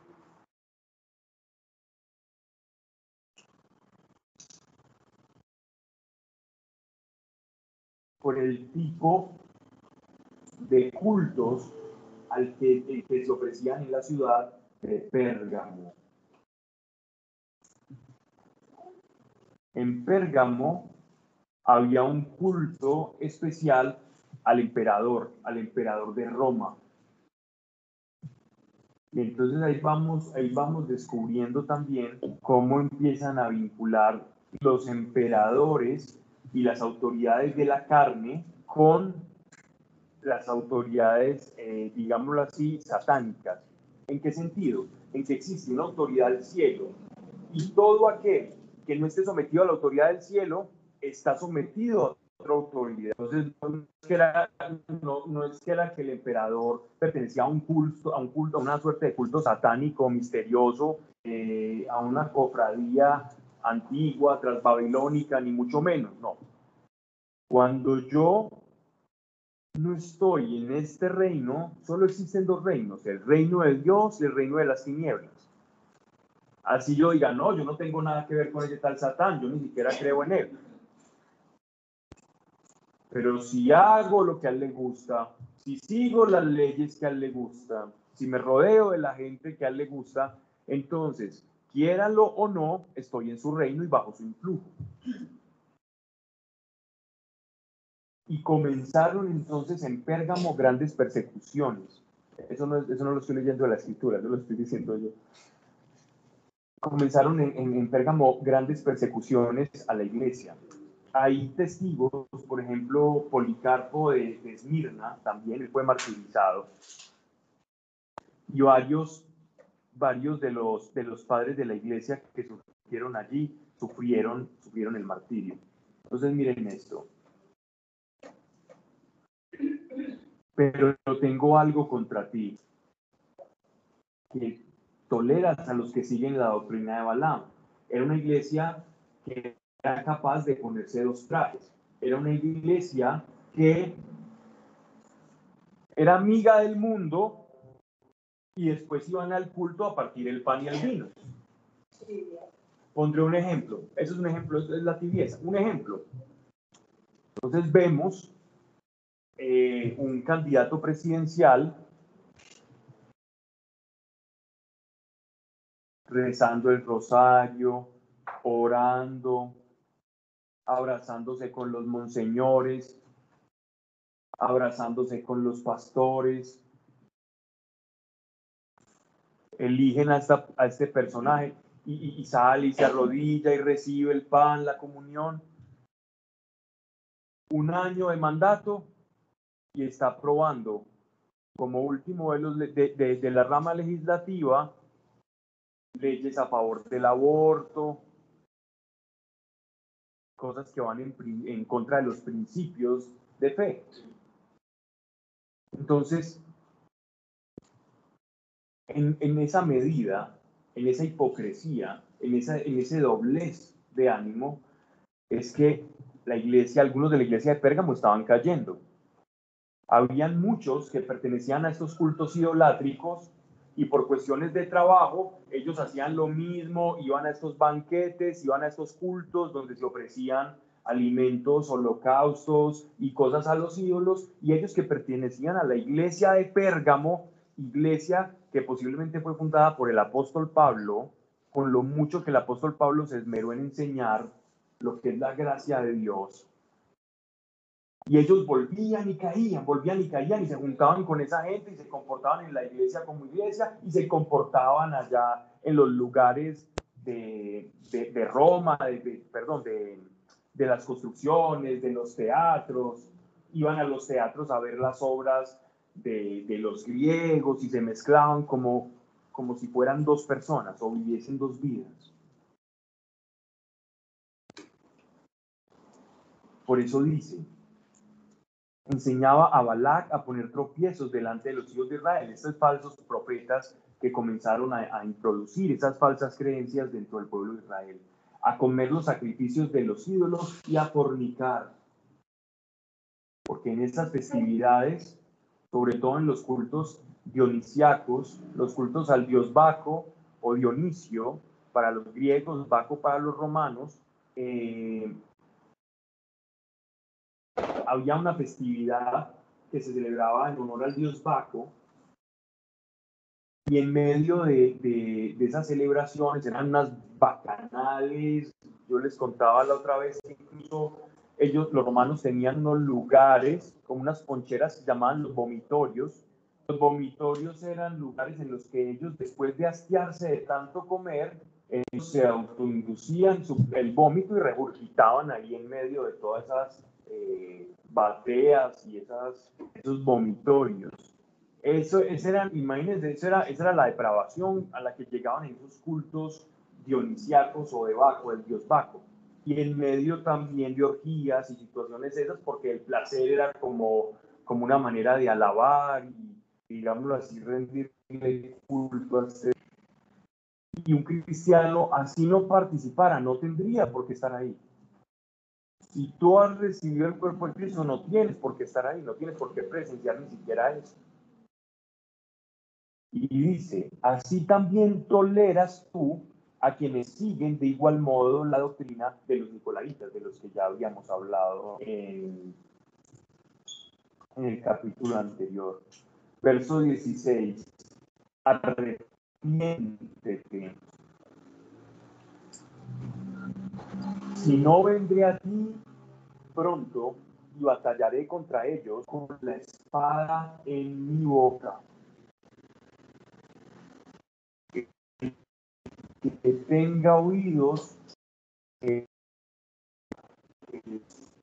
por el tipo de cultos al que, el que se ofrecían en la ciudad de Pérgamo. En Pérgamo había un culto especial al emperador, al emperador de Roma. Y entonces ahí vamos, ahí vamos descubriendo también cómo empiezan a vincular los emperadores y las autoridades de la carne con las autoridades, eh, digámoslo así, satánicas. ¿En qué sentido? En que existe una autoridad del cielo y todo aquel que no esté sometido a la autoridad del cielo está sometido a otra autoridad. Entonces, no es que era, no, no es que, era que el emperador pertenecía a un culto, a un culto, a una suerte de culto satánico, misterioso, eh, a una cofradía antigua, transbabilónica, ni mucho menos, no. Cuando yo no estoy en este reino, solo existen dos reinos, el reino de Dios y el reino de las tinieblas. Así yo diga, no, yo no tengo nada que ver con ese tal Satán, yo ni siquiera creo en él. Pero si hago lo que a él le gusta, si sigo las leyes que a él le gusta, si me rodeo de la gente que a él le gusta, entonces, quiéralo o no, estoy en su reino y bajo su influjo. Y comenzaron entonces en Pérgamo grandes persecuciones. Eso no, es, eso no lo estoy leyendo de la escritura, eso lo estoy diciendo yo. Comenzaron en, en, en Pérgamo grandes persecuciones a la iglesia. Hay testigos, por ejemplo, Policarpo de, de Esmirna, también él fue martirizado, y varios, varios de, los, de los padres de la iglesia que surgieron allí sufrieron, sufrieron el martirio. Entonces miren esto. Pero tengo algo contra ti, que toleras a los que siguen la doctrina de Balaam. Era una iglesia que era capaz de ponerse dos trajes. Era una iglesia que era amiga del mundo y después iban al culto a partir el pan y el vino. Pondré un ejemplo. Eso es un ejemplo, eso es la tibieza. Un ejemplo. Entonces vemos eh, un candidato presidencial rezando el rosario, orando, abrazándose con los monseñores, abrazándose con los pastores. Eligen a, esta, a este personaje y, y, y sale y se arrodilla y recibe el pan, la comunión. Un año de mandato y está aprobando como último de, los, de, de, de la rama legislativa leyes a favor del aborto, cosas que van en, en contra de los principios de fe. Entonces, en, en esa medida, en esa hipocresía, en, esa, en ese doblez de ánimo, es que la iglesia, algunos de la iglesia de Pérgamo estaban cayendo. Habían muchos que pertenecían a estos cultos idolátricos y por cuestiones de trabajo, ellos hacían lo mismo, iban a estos banquetes, iban a estos cultos donde se ofrecían alimentos, holocaustos y cosas a los ídolos, y ellos que pertenecían a la iglesia de Pérgamo, iglesia que posiblemente fue fundada por el apóstol Pablo, con lo mucho que el apóstol Pablo se esmeró en enseñar lo que es la gracia de Dios. Y ellos volvían y caían, volvían y caían y se juntaban con esa gente y se comportaban en la iglesia como iglesia y se comportaban allá en los lugares de, de, de Roma, de, de, perdón, de, de las construcciones, de los teatros. Iban a los teatros a ver las obras de, de los griegos y se mezclaban como, como si fueran dos personas o viviesen dos vidas. Por eso dice, enseñaba a Balac a poner tropiezos delante de los hijos de Israel. Estos falsos profetas que comenzaron a, a introducir esas falsas creencias dentro del pueblo de Israel, a comer los sacrificios de los ídolos y a fornicar. Porque en estas festividades, sobre todo en los cultos dionisiacos, los cultos al dios Baco o Dionisio para los griegos, Baco para los romanos, eh, había una festividad que se celebraba en honor al dios Baco y en medio de, de, de esas celebraciones eran unas bacanales. Yo les contaba la otra vez que incluso ellos, los romanos, tenían unos lugares como unas poncheras que se llamaban los vomitorios. Los vomitorios eran lugares en los que ellos, después de hastiarse de tanto comer, ellos se autoinducían su, el vómito y regurgitaban ahí en medio de todas esas eh, bateas y esas, esos vomitorios. Eso, eso era, imagínense, eso era, esa era la depravación a la que llegaban en esos cultos dionisiacos o de Baco, el dios Baco. Y en medio también de orgías y situaciones esas, porque el placer era como, como una manera de alabar y, digámoslo así, rendirle culto a este. Y un cristiano así no participara, no tendría por qué estar ahí. Si tú has recibido el cuerpo de Cristo, no tienes por qué estar ahí, no tienes por qué presenciar ni siquiera eso. Y dice, así también toleras tú a quienes siguen de igual modo la doctrina de los nicolaitas, de los que ya habíamos hablado en, en el capítulo anterior. Verso dieciséis, arrepiéntete. Si no vendré a ti pronto y batallaré contra ellos con la espada en mi boca. que tenga oídos, eh, eh,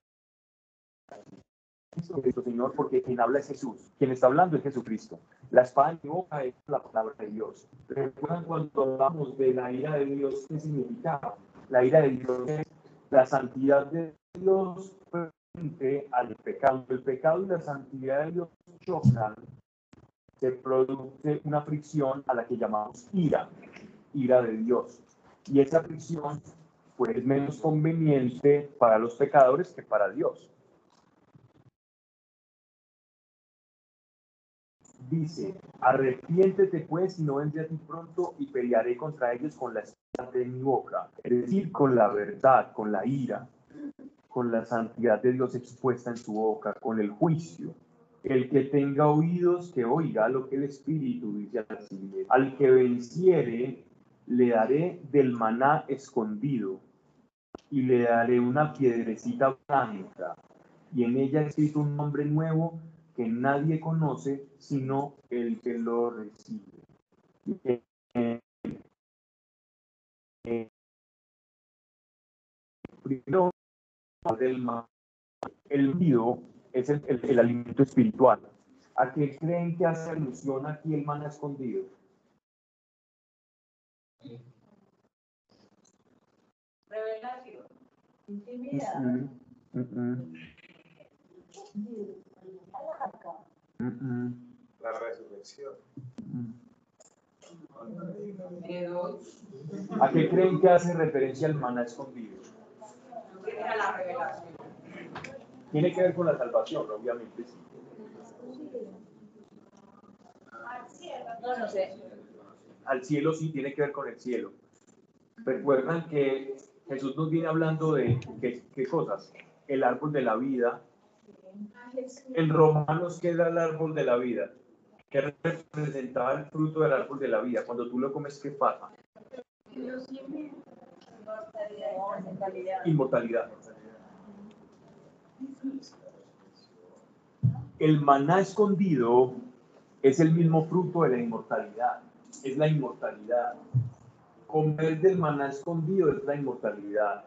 Cristo, Señor, porque quien habla es Jesús, quien está hablando es Jesucristo. La espada en mi boca es la palabra de Dios. ¿Recuerdan cuando hablamos de la ira de Dios? ¿Qué significaba? La ira de Dios es la santidad de Dios frente al pecado. El pecado y la santidad de Dios chocan, se produce una fricción a la que llamamos ira, ira de Dios. Y esa fricción pues, es menos conveniente para los pecadores que para Dios. Dice, arrepiéntete pues y no vendré a ti pronto y pelearé contra ellos con la espada de mi boca. Es decir, con la verdad, con la ira, con la santidad de Dios expuesta en su boca, con el juicio. El que tenga oídos, que oiga lo que el Espíritu dice así. Al que venciere, le daré del maná escondido y le daré una piedrecita blanca y en ella escrito un nombre nuevo que nadie conoce sino el que lo recibe. Eh, eh, primero, del maná. El mío es el, el, el alimento espiritual. ¿A qué creen que hace alusión aquí el maná escondido? Revelación. Intimidad. Mm-mm. Mm-mm. Mm-mm. La resurrección. Miedo. ¿A qué creen que hace referencia el maná escondido? A la revelación. Tiene que ver con la salvación, obviamente, sí. No, no sé. Al cielo sí tiene que ver con el cielo. Recuerdan que Jesús nos viene hablando de ¿qué, qué cosas? El árbol de la vida. En Romanos, ¿qué era el árbol de la vida? ¿Qué representaba el fruto del árbol de la vida? Cuando tú lo comes, ¿qué pasa? Inmortalidad. El maná escondido es el mismo fruto de la inmortalidad. Es la inmortalidad. Comer del maná escondido es la inmortalidad.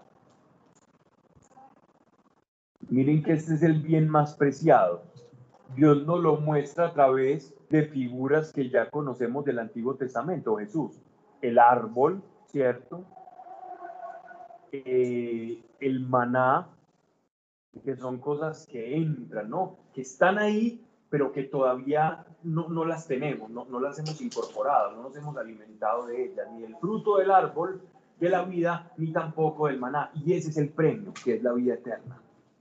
Miren que este es el bien más preciado. Dios nos lo muestra a través de figuras que ya conocemos del Antiguo Testamento. Jesús, el árbol, ¿cierto? Eh, el maná, que son cosas que entran, ¿no? Que están ahí, pero que todavía no, no las tenemos, no, no las hemos incorporado, no nos hemos alimentado de ellas, ni el fruto del árbol de la vida, ni tampoco del maná. Y ese es el premio, que es la vida eterna.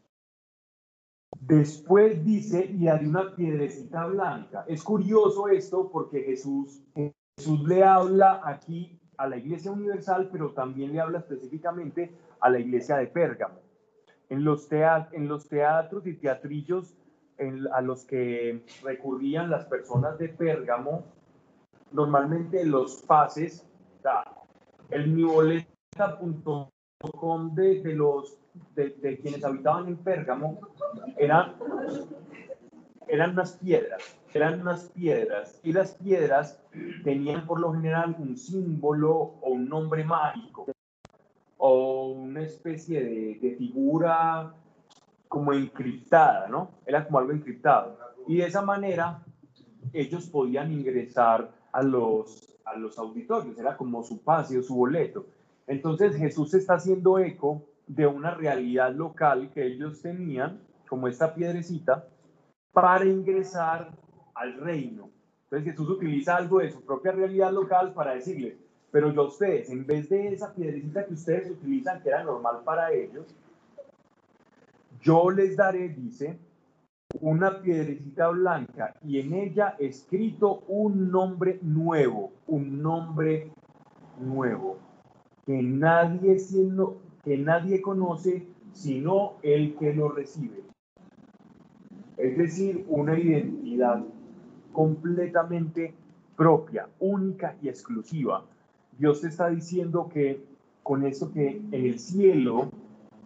Después dice, y haré una piedrecita blanca. Es curioso esto porque Jesús, Jesús le habla aquí a la iglesia universal, pero también le habla específicamente a la iglesia de Pérgamo. En los, teat en los teatros y teatrillos en, a los que recurrían las personas de Pérgamo, normalmente los pases, o sea, el miboleta punto com de, de, los, de, de quienes habitaban en Pérgamo eran, eran unas piedras, eran unas piedras, y las piedras tenían por lo general un símbolo o un nombre mágico, o una especie de, de figura como encriptada, ¿no? Era como algo encriptado. Y de esa manera ellos podían ingresar a los, a los auditorios, era como su pase o su boleto. Entonces Jesús está haciendo eco de una realidad local que ellos tenían, como esta piedrecita, para ingresar al reino. Entonces Jesús utiliza algo de su propia realidad local para decirles, pero yo a ustedes, en vez de esa piedrecita que ustedes utilizan, que era normal para ellos, yo les daré, dice, una piedrecita blanca y en ella escrito un nombre nuevo, un nombre nuevo, que nadie, siendo, que nadie conoce sino el que lo recibe. Es decir, una identidad completamente propia, única y exclusiva. Dios te está diciendo que con esto que en el cielo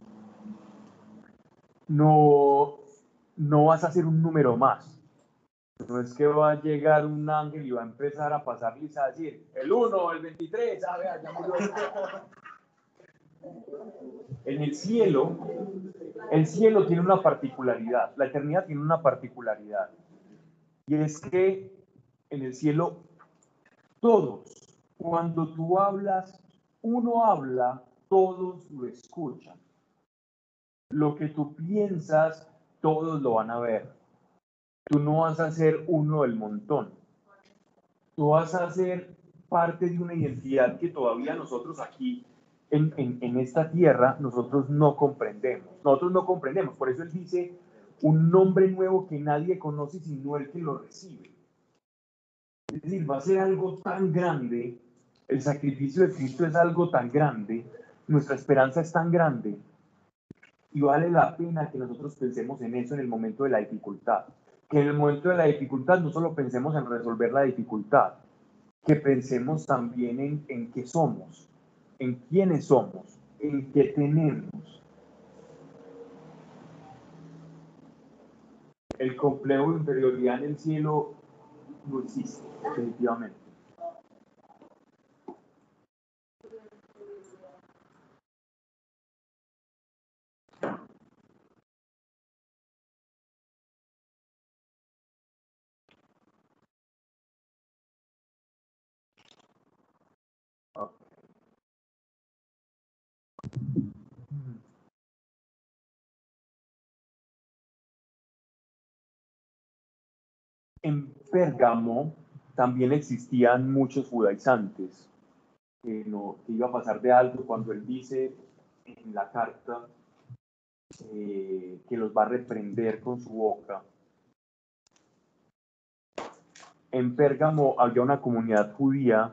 no, no vas a ser un número más. No es que va a llegar un ángel y va a empezar a pasarles a decir, el uno, el veintitrés, ah, vea, ya murió. En el cielo, el cielo tiene una particularidad, la eternidad tiene una particularidad, y es que en el cielo todos, cuando tú hablas, uno habla, todos lo escuchan. Lo que tú piensas, todos lo van a ver. Tú no vas a ser uno del montón. Tú vas a ser parte de una identidad que todavía nosotros aquí en, en, en esta tierra, nosotros no comprendemos. Nosotros no comprendemos. Por eso él dice, un nombre nuevo que nadie conoce sino el que lo recibe. Es decir, va a ser algo tan grande, el sacrificio de Cristo es algo tan grande, nuestra esperanza es tan grande, y vale la pena que nosotros pensemos en eso en el momento de la dificultad. Que en el momento de la dificultad no solo pensemos en resolver la dificultad, que pensemos también en, en qué somos, en quiénes somos, en qué tenemos. El complejo de inferioridad en el cielo no existe, definitivamente. En Pérgamo también existían muchos judaizantes, que, no, que iba a pasar de algo cuando él dice en la carta eh, que los va a reprender con su boca. En Pérgamo había una comunidad judía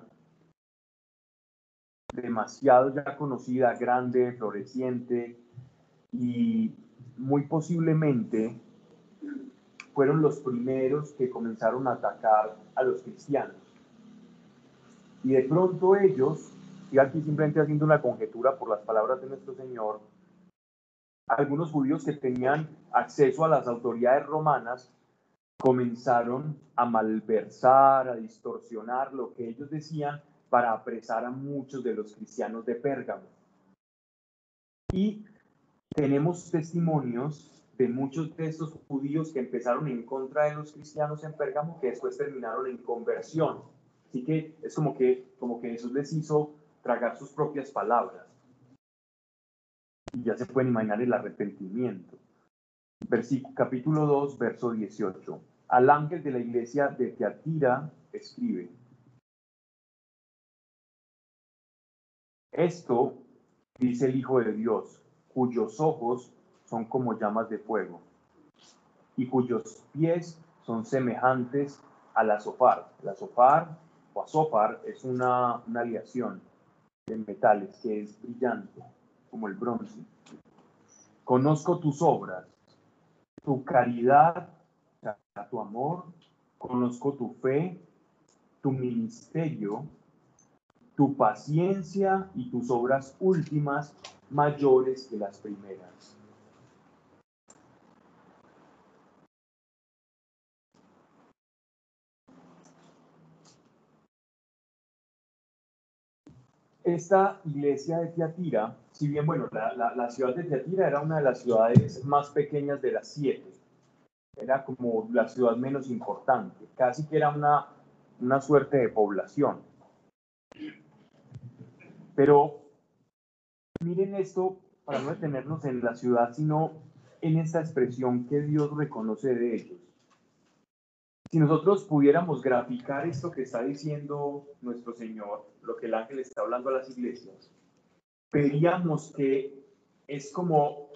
demasiado ya conocida, grande, floreciente, y muy posiblemente fueron los primeros que comenzaron a atacar a los cristianos. Y de pronto ellos, y aquí simplemente haciendo una conjetura por las palabras de nuestro Señor, algunos judíos que tenían acceso a las autoridades romanas comenzaron a malversar, a distorsionar lo que ellos decían para apresar a muchos de los cristianos de Pérgamo. Y tenemos testimonios de muchos de estos judíos que empezaron en contra de los cristianos en Pérgamo, que después terminaron en conversión. Así que es como que, como que Jesús les hizo tragar sus propias palabras. Y ya se pueden imaginar el arrepentimiento. Versículo, capítulo dos, verso dieciocho. Al ángel de la iglesia de Tiatira escribe: esto dice el Hijo de Dios, cuyos ojos son como llamas de fuego y cuyos pies son semejantes al azofar. El azofar o azófar es una, una aleación de metales que es brillante, como el bronce. Conozco tus obras, tu caridad, tu amor, conozco tu fe, tu ministerio, tu paciencia y tus obras últimas mayores que las primeras. Esta iglesia de Tiatira, si bien, bueno, la, la, la ciudad de Tiatira era una de las ciudades más pequeñas de las siete, era como la ciudad menos importante, casi que era una, una suerte de población. Pero miren esto, para no detenernos en la ciudad, sino en esta expresión que Dios reconoce de ellos. Si nosotros pudiéramos graficar esto que está diciendo nuestro Señor, lo que el ángel está hablando a las iglesias, veríamos que es como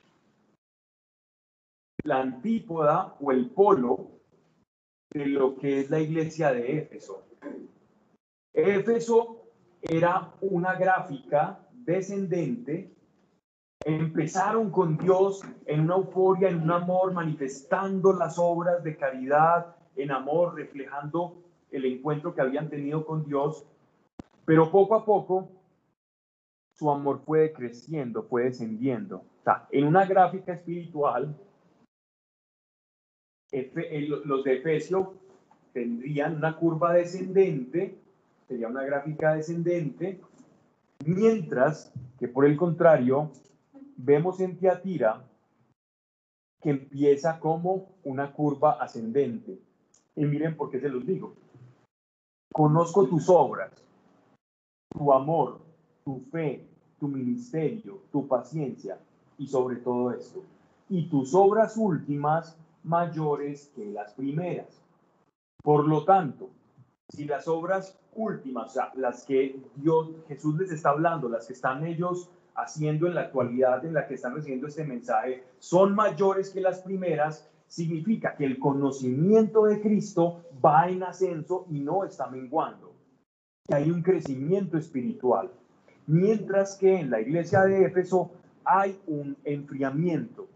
la antípoda o el polo de lo que es la iglesia de Éfeso. Éfeso era una gráfica descendente. Empezaron con Dios en una euforia, en un amor, manifestando las obras de caridad, en amor, reflejando el encuentro que habían tenido con Dios, pero poco a poco su amor fue creciendo, fue descendiendo. O sea, en una gráfica espiritual, Efe, el, los de Efesio tendrían una curva descendente, sería una gráfica descendente, mientras que por el contrario, vemos en Tiatira que empieza como una curva ascendente. Y miren por qué se los digo. Conozco tus obras, tu amor, tu fe, tu ministerio, tu paciencia y sobre todo esto. Y tus obras últimas mayores que las primeras. Por lo tanto, si las obras últimas, o sea, las que Dios, Jesús les está hablando, las que están ellos haciendo en la actualidad en la que están recibiendo este mensaje, son mayores que las primeras, significa que el conocimiento de Cristo va en ascenso y no está menguando, que hay un crecimiento espiritual, mientras que en la iglesia de Éfeso hay un enfriamiento.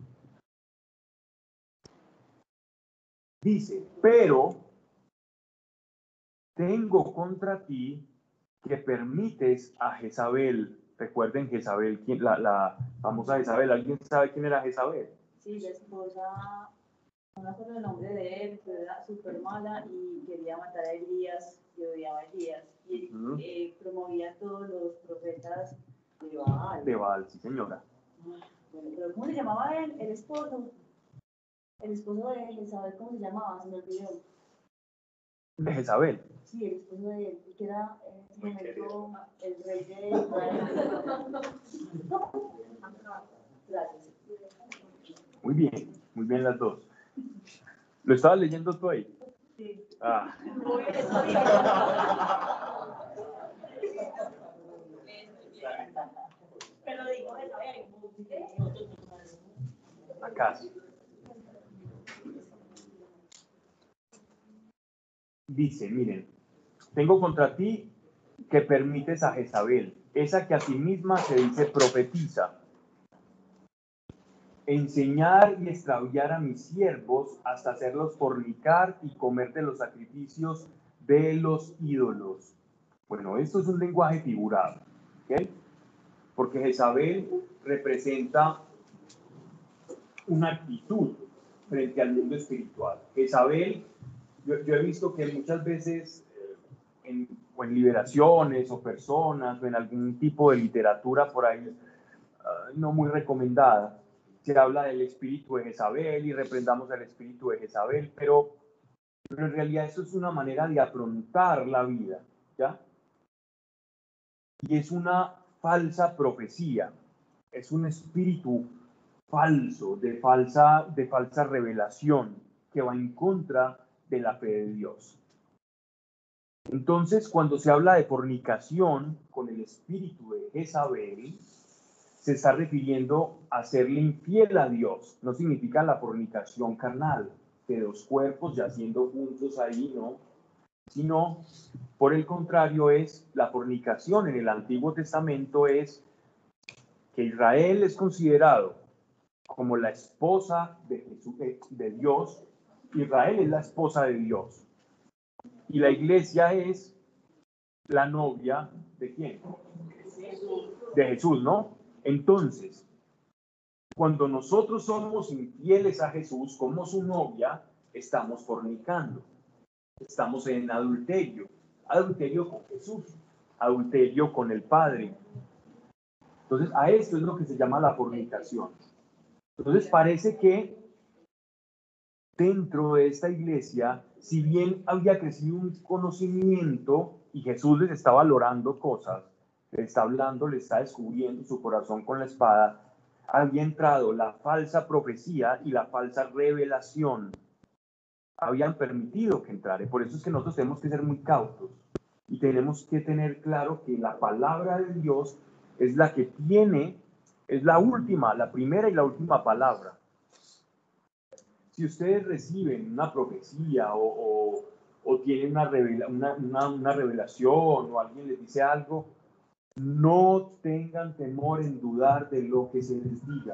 Dice, pero tengo contra ti que permites a Jezabel. Recuerden Jezabel, la, la famosa Jezabel. ¿Alguien sabe quién era Jezabel? Sí, la esposa, no me acuerdo el nombre de él, pero era súper mala y quería matar a Elías y odiaba a Elías. Y uh-huh. eh, promovía a todos los profetas de Baal. De Baal, sí señora. Bueno, pero ¿cómo se llamaba él? El esposo. El esposo de Jezabel, ¿cómo se llamaba? Se me olvidó. ¿De Jezabel? Sí, el esposo de él, que era en ese momento el rey de Israel. Gracias. Muy bien, muy bien las dos. ¿Lo estabas leyendo tú ahí? Sí. Ah. Pero digo, acá. Dice, miren, tengo contra ti que permites a Jezabel, esa que a sí misma se dice profetiza, enseñar y extraviar a mis siervos hasta hacerlos fornicar y comer de los sacrificios de los ídolos. Bueno, esto es un lenguaje figurado, ¿ok? Porque Jezabel representa una actitud frente al mundo espiritual. Jezabel, yo, yo he visto que muchas veces eh, en, o en liberaciones o personas o en algún tipo de literatura por ahí uh, no muy recomendada, se habla del espíritu de Jezabel y reprendamos al espíritu de Jezabel, pero, pero en realidad eso es una manera de afrontar la vida, ¿ya? Y es una falsa profecía, es un espíritu falso, de falsa, de falsa revelación, que va en contra de la fe de Dios. Entonces, cuando se habla de fornicación con el espíritu de Jezabel, se está refiriendo a serle infiel a Dios. No significa la fornicación carnal, de dos cuerpos yaciendo juntos ahí, ¿no? Sino, por el contrario, es la fornicación en el Antiguo Testamento es que Israel es considerado como la esposa de, Jesús, de Dios. Israel es la esposa de Dios. Y la iglesia es la novia de quién? De Jesús, ¿no? Entonces, cuando nosotros somos infieles a Jesús como su novia, estamos fornicando. Estamos en adulterio. Adulterio con Jesús. Adulterio con el Padre. Entonces, a esto es lo que se llama la fornicación. Entonces, parece que dentro de esta iglesia, si bien había crecido un conocimiento y Jesús les está valorando cosas, le está hablando, le está descubriendo su corazón con la espada, había entrado la falsa profecía y la falsa revelación. Habían permitido que entrara. Por eso es que nosotros tenemos que ser muy cautos y tenemos que tener claro que la palabra de Dios es la que tiene, es la última, la primera y la última palabra. Si ustedes reciben una profecía o, o, o tienen una, revela, una, una, una revelación o alguien les dice algo, no tengan temor en dudar de lo que se les diga.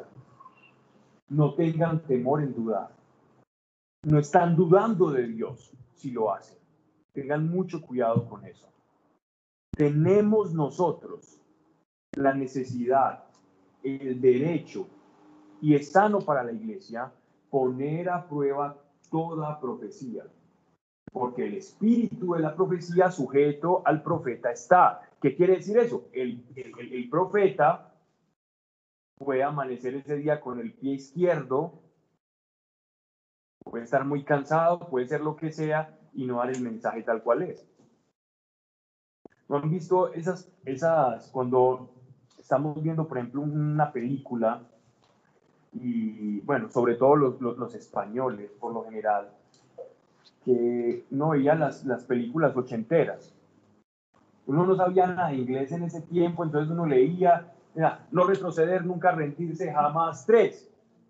No tengan temor en dudar. No están dudando de Dios si lo hacen. Tengan mucho cuidado con eso. Tenemos nosotros la necesidad, el derecho, y es sano para la iglesia, poner a prueba toda profecía, porque el espíritu de la profecía sujeto al profeta está. ¿Qué quiere decir eso? El, el, el profeta puede amanecer ese día con el pie izquierdo, puede estar muy cansado, puede ser lo que sea, y no dar el mensaje tal cual es. ¿No han visto esas, esas, cuando estamos viendo, por ejemplo, una película, y bueno, sobre todo los, los, los españoles, por lo general, que no veían las, las películas ochenteras? Uno no sabía nada de inglés en ese tiempo, entonces uno leía, mira, no retroceder, nunca rendirse, jamás tres.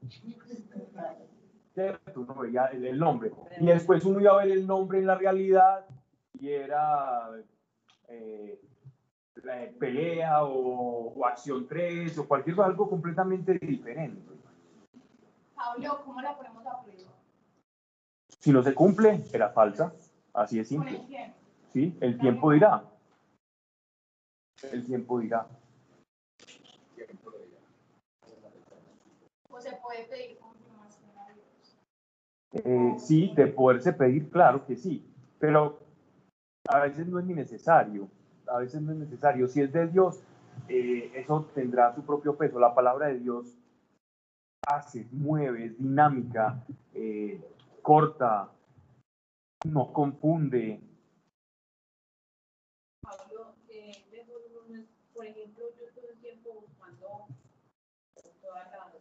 ¿Cierto? Uno veía el, el nombre. Y después uno iba a ver el nombre en la realidad y era eh, pelea o, o acción tres o cualquier cosa, algo completamente diferente. Pablo, ¿cómo la ponemos a prueba? Si no se cumple, era falsa. Así de simple. Con el tiempo. ¿Sí? El tiempo dirá. El tiempo dirá. ¿O se puede pedir confirmación a Dios? Eh, sí, de poderse pedir, claro que sí. Pero a veces no es ni necesario. A veces no es necesario. Si es de Dios, eh, eso tendrá su propio peso. La palabra de Dios hace, mueve, es dinámica, eh, corta, no confunde. Pablo, eh, mejor uno es- por ejemplo, yo todo el tiempo buscando todas las...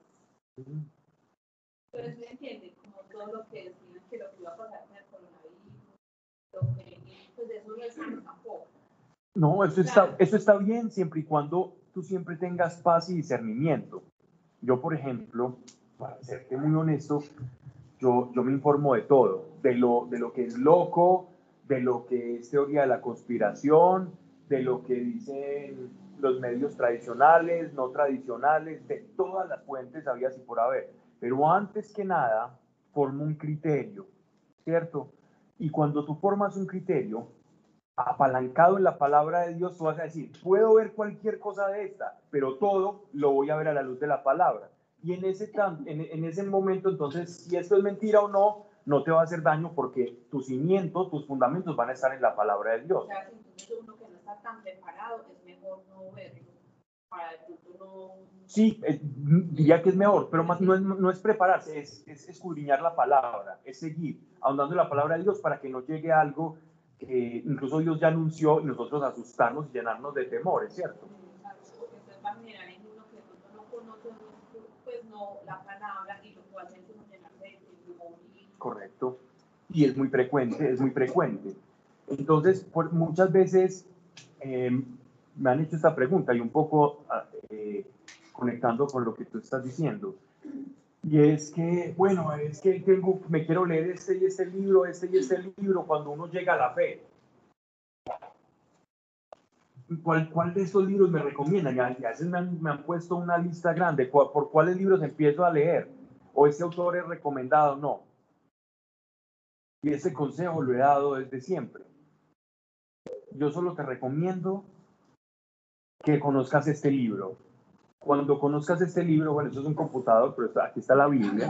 Pero se entiende, como todo lo que decían que lo que iba a pasar con el coronavirus, lo que, pues eso no es sano tampoco. No, eso está, eso está bien siempre y cuando tú siempre tengas paz y discernimiento. Yo, por ejemplo, para serte muy honesto, yo, yo me informo de todo, de lo, de lo que es loco, de lo que es teoría de la conspiración, de lo que dicen los medios tradicionales, no tradicionales, de todas las fuentes habidas y por haber. Pero antes que nada, formo un criterio, ¿cierto? Y cuando tú formas un criterio, apalancado en la palabra de Dios, tú vas a decir, puedo ver cualquier cosa de esta, pero todo lo voy a ver a la luz de la palabra. Y en ese, en, en ese momento, entonces, si esto es mentira o no, no te va a hacer daño porque tus cimientos, tus fundamentos van a estar en la palabra de Dios. O sea, entonces uno que no está tan preparado, es mejor no verlo, para el futuro no... Sí, eh, diría que es mejor, pero más no es, no es prepararse, es, es escudriñar la palabra, es seguir ahondando en la palabra de Dios para que no llegue algo que incluso Dios ya anunció y nosotros asustarnos y llenarnos de temores, ¿cierto? Porque entonces va a generar en uno que uno no conoce, pues no, la palabra y lo que va a hacer es uno llenarse de temor. Correcto. Y es muy frecuente, es muy frecuente. Entonces, por, muchas veces eh, me han hecho esta pregunta y un poco eh, conectando con lo que tú estás diciendo. Y es que, bueno, es que tengo, me quiero leer este y este libro, este y este libro, cuando uno llega a la fe. ¿Cuál, cuál de estos libros me recomiendan? Y a veces me han, me han puesto una lista grande, ¿por cuáles libros empiezo a leer? ¿O este autor es recomendado? No. Y ese consejo lo he dado desde siempre. Yo solo te recomiendo que conozcas este libro. Cuando conozcas este libro, bueno, eso es un computador, pero aquí está la Biblia.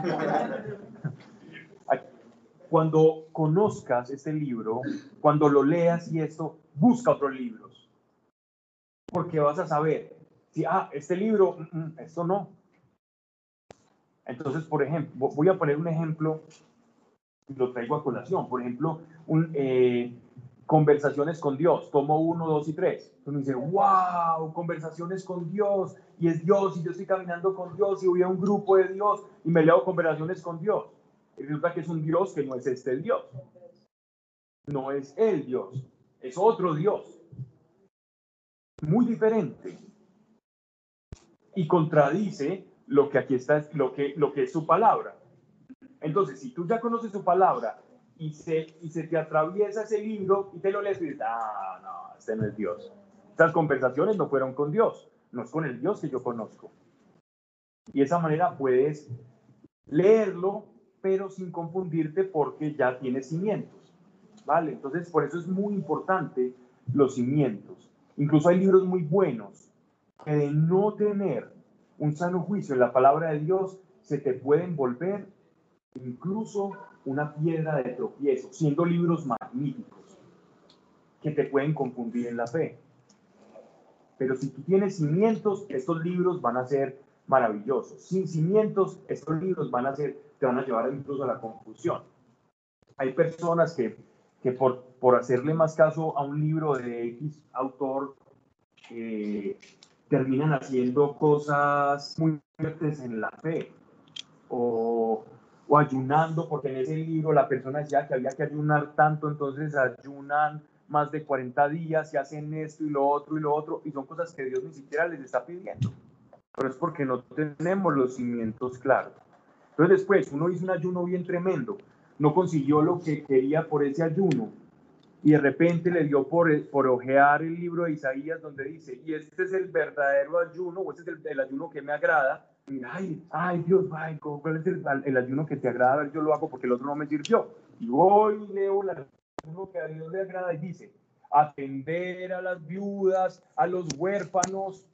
Cuando conozcas este libro, cuando lo leas y esto, busca otros libros. Porque vas a saber, si, ah, este libro, mm, esto no. Entonces, por ejemplo, voy a poner un ejemplo, lo traigo a colación. Por ejemplo, un, eh, Conversaciones con Dios, tomo uno, dos y tres. Uno dice, wow, conversaciones con Dios, y es Dios, y yo estoy caminando con Dios, y voy a un grupo de Dios, y me leo Conversaciones con Dios. Y resulta que es un Dios que no es este Dios. No es el Dios, es otro Dios. Muy diferente. Y contradice lo que aquí está, lo que, lo que es su palabra. Entonces, si tú ya conoces su palabra, y se, y se te atraviesa ese libro y te lo lees y dices, ah, no, este no es Dios. Estas conversaciones no fueron con Dios, no es con el Dios que yo conozco. Y de esa manera puedes leerlo, pero sin confundirte porque ya tienes cimientos, ¿vale? Entonces, por eso es muy importante los cimientos. Incluso hay libros muy buenos que de no tener un sano juicio en la palabra de Dios, se te pueden volver incluso una piedra de tropiezo, siendo libros magníficos que te pueden confundir en la fe. Pero si tú tienes cimientos, estos libros van a ser maravillosos. Sin cimientos, estos libros van a ser, te van a llevar incluso a la confusión. Hay personas que, que por, por hacerle más caso a un libro de X autor, eh, terminan haciendo cosas muy fuertes en la fe. O, o ayunando, porque en ese libro la persona decía que había que ayunar tanto, entonces ayunan más de cuarenta días y hacen esto y lo otro y lo otro, y son cosas que Dios ni siquiera les está pidiendo, pero es porque no tenemos los cimientos claros. Entonces después uno hizo un ayuno bien tremendo, no consiguió lo que quería por ese ayuno, y de repente le dio por, por ojear el libro de Isaías donde dice, y este es el verdadero ayuno, o este es el, el ayuno que me agrada. Y, ay, ay, Dios, ay, ¿cuál es el, el ayuno que te agrada? A ver, yo lo hago porque el otro no me sirvió. Y hoy leo el ayuno que a Dios le agrada y dice, atender a las viudas, a los huérfanos.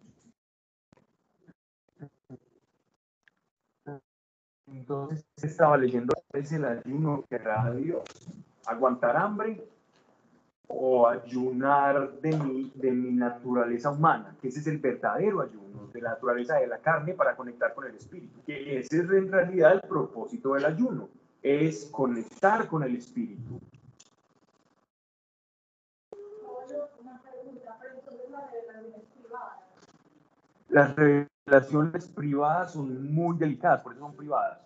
Entonces estaba leyendo, es el ayuno que agrada a Dios. Aguantar hambre o ayunar de mi, de mi naturaleza humana, que ese es el verdadero ayuno, de la naturaleza de la carne para conectar con el espíritu, que ese es en realidad el propósito del ayuno, es conectar con el espíritu. Las revelaciones privadas son muy delicadas, por eso son privadas.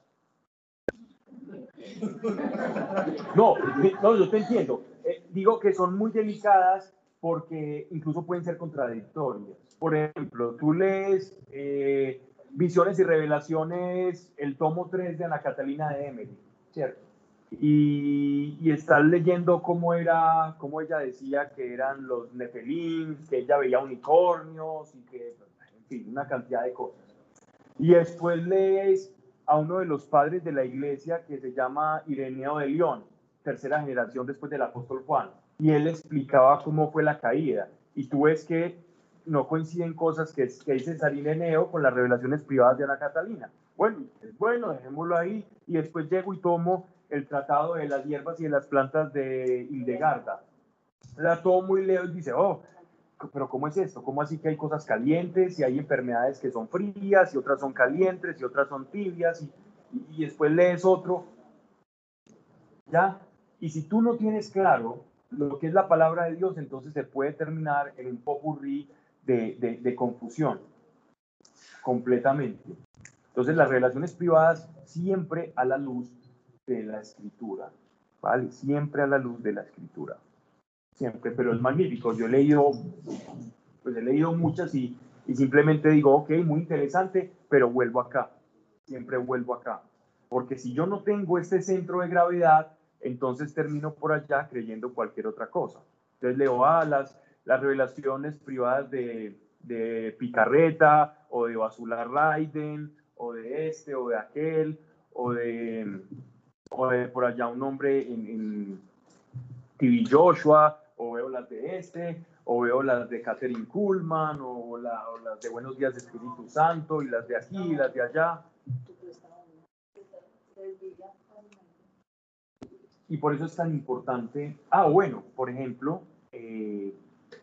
No, no, yo te entiendo. Eh, digo que son muy delicadas porque incluso pueden ser contradictorias. Por ejemplo, tú lees eh, Visiones y Revelaciones, el tomo tres de Ana Catalina de Emery, ¿cierto? Y, y estás leyendo cómo era, cómo ella decía que eran los Nefelim, que ella veía unicornios y que, en fin, una cantidad de cosas. Y después lees a uno de los padres de la iglesia que se llama Ireneo de León, tercera generación después del apóstol Juan, y él explicaba cómo fue la caída, y tú ves que no coinciden cosas que, que dice San Ireneo con las revelaciones privadas de Ana Catalina. Bueno, bueno, dejémoslo ahí, y después llego y tomo el tratado de las hierbas y de las plantas de Hildegarda. La tomo y leo y dice, oh, pero ¿cómo es esto? ¿Cómo así que hay cosas calientes y hay enfermedades que son frías y otras son calientes y otras son tibias y, y, y después lees otro? ¿Ya? Y si tú no tienes claro lo que es la palabra de Dios, entonces se puede terminar en un popurrí de, de, de confusión, completamente. Entonces las relaciones privadas siempre a la luz de la Escritura, ¿vale? Siempre a la luz de la Escritura. Siempre, pero es magnífico. Yo he leído, pues he leído muchas y, y simplemente digo, ok, muy interesante, pero vuelvo acá, siempre vuelvo acá, porque si yo no tengo este centro de gravedad, entonces termino por allá creyendo cualquier otra cosa. Entonces leo ah, las, las revelaciones privadas de, de Picarreta, o de Basula Raiden, o de este, o de aquel, o de, o de por allá un hombre en, en T V Joshua, o veo las de este, o veo las de Catherine Kuhlman, o, la, o las de Buenos Días Espíritu Santo, y las de aquí, y las de allá. Y por eso es tan importante. Ah, bueno, por ejemplo, eh,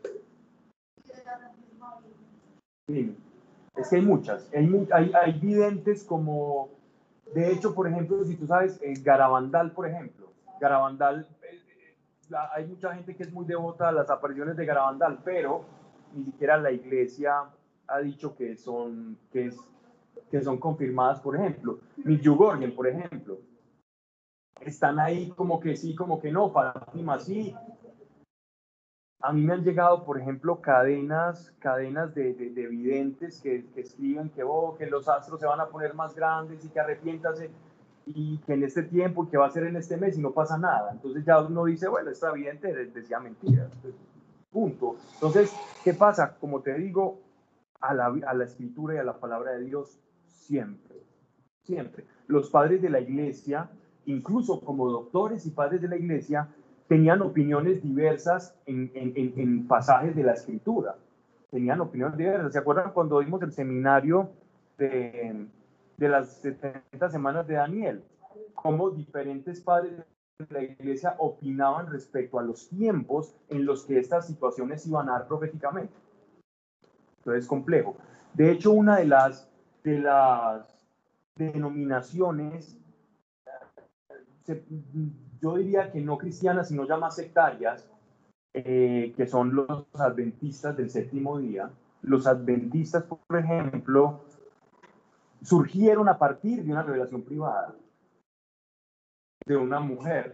sí, es que hay muchas. Hay, hay, hay videntes como, de hecho, por ejemplo, si tú sabes, eh, Garabandal, por ejemplo. Garabandal, eh, la, hay mucha gente que es muy devota a las apariciones de Garabandal, pero ni siquiera la iglesia ha dicho que son, que es, que son confirmadas, por ejemplo. Medjugorje, por ejemplo. Están ahí como que sí, como que no, Fátima sí. A mí me han llegado, por ejemplo, cadenas, cadenas de, de, de videntes que, que escriben que, oh, que los astros se van a poner más grandes y que arrepiéntase y que en este tiempo y que va a ser en este mes y no pasa nada. Entonces ya uno dice, bueno, esta vidente decía mentiras. Pues, punto. Entonces, ¿qué pasa? Como te digo, a la, a la escritura y a la palabra de Dios siempre, siempre. Los padres de la iglesia, incluso como doctores y padres de la iglesia, tenían opiniones diversas en, en, en, en pasajes de la escritura. Tenían opiniones diversas. ¿Se acuerdan cuando dimos el seminario de, de las setenta semanas de Daniel? cómo diferentes padres de la iglesia opinaban respecto a los tiempos en los que estas situaciones iban a dar proféticamente. Entonces es complejo. De hecho, una de las, de las denominaciones, se, yo diría que no cristianas, sino ya más sectarias, eh, que son los adventistas del séptimo día. Los adventistas, por ejemplo, surgieron a partir de una revelación privada de una mujer,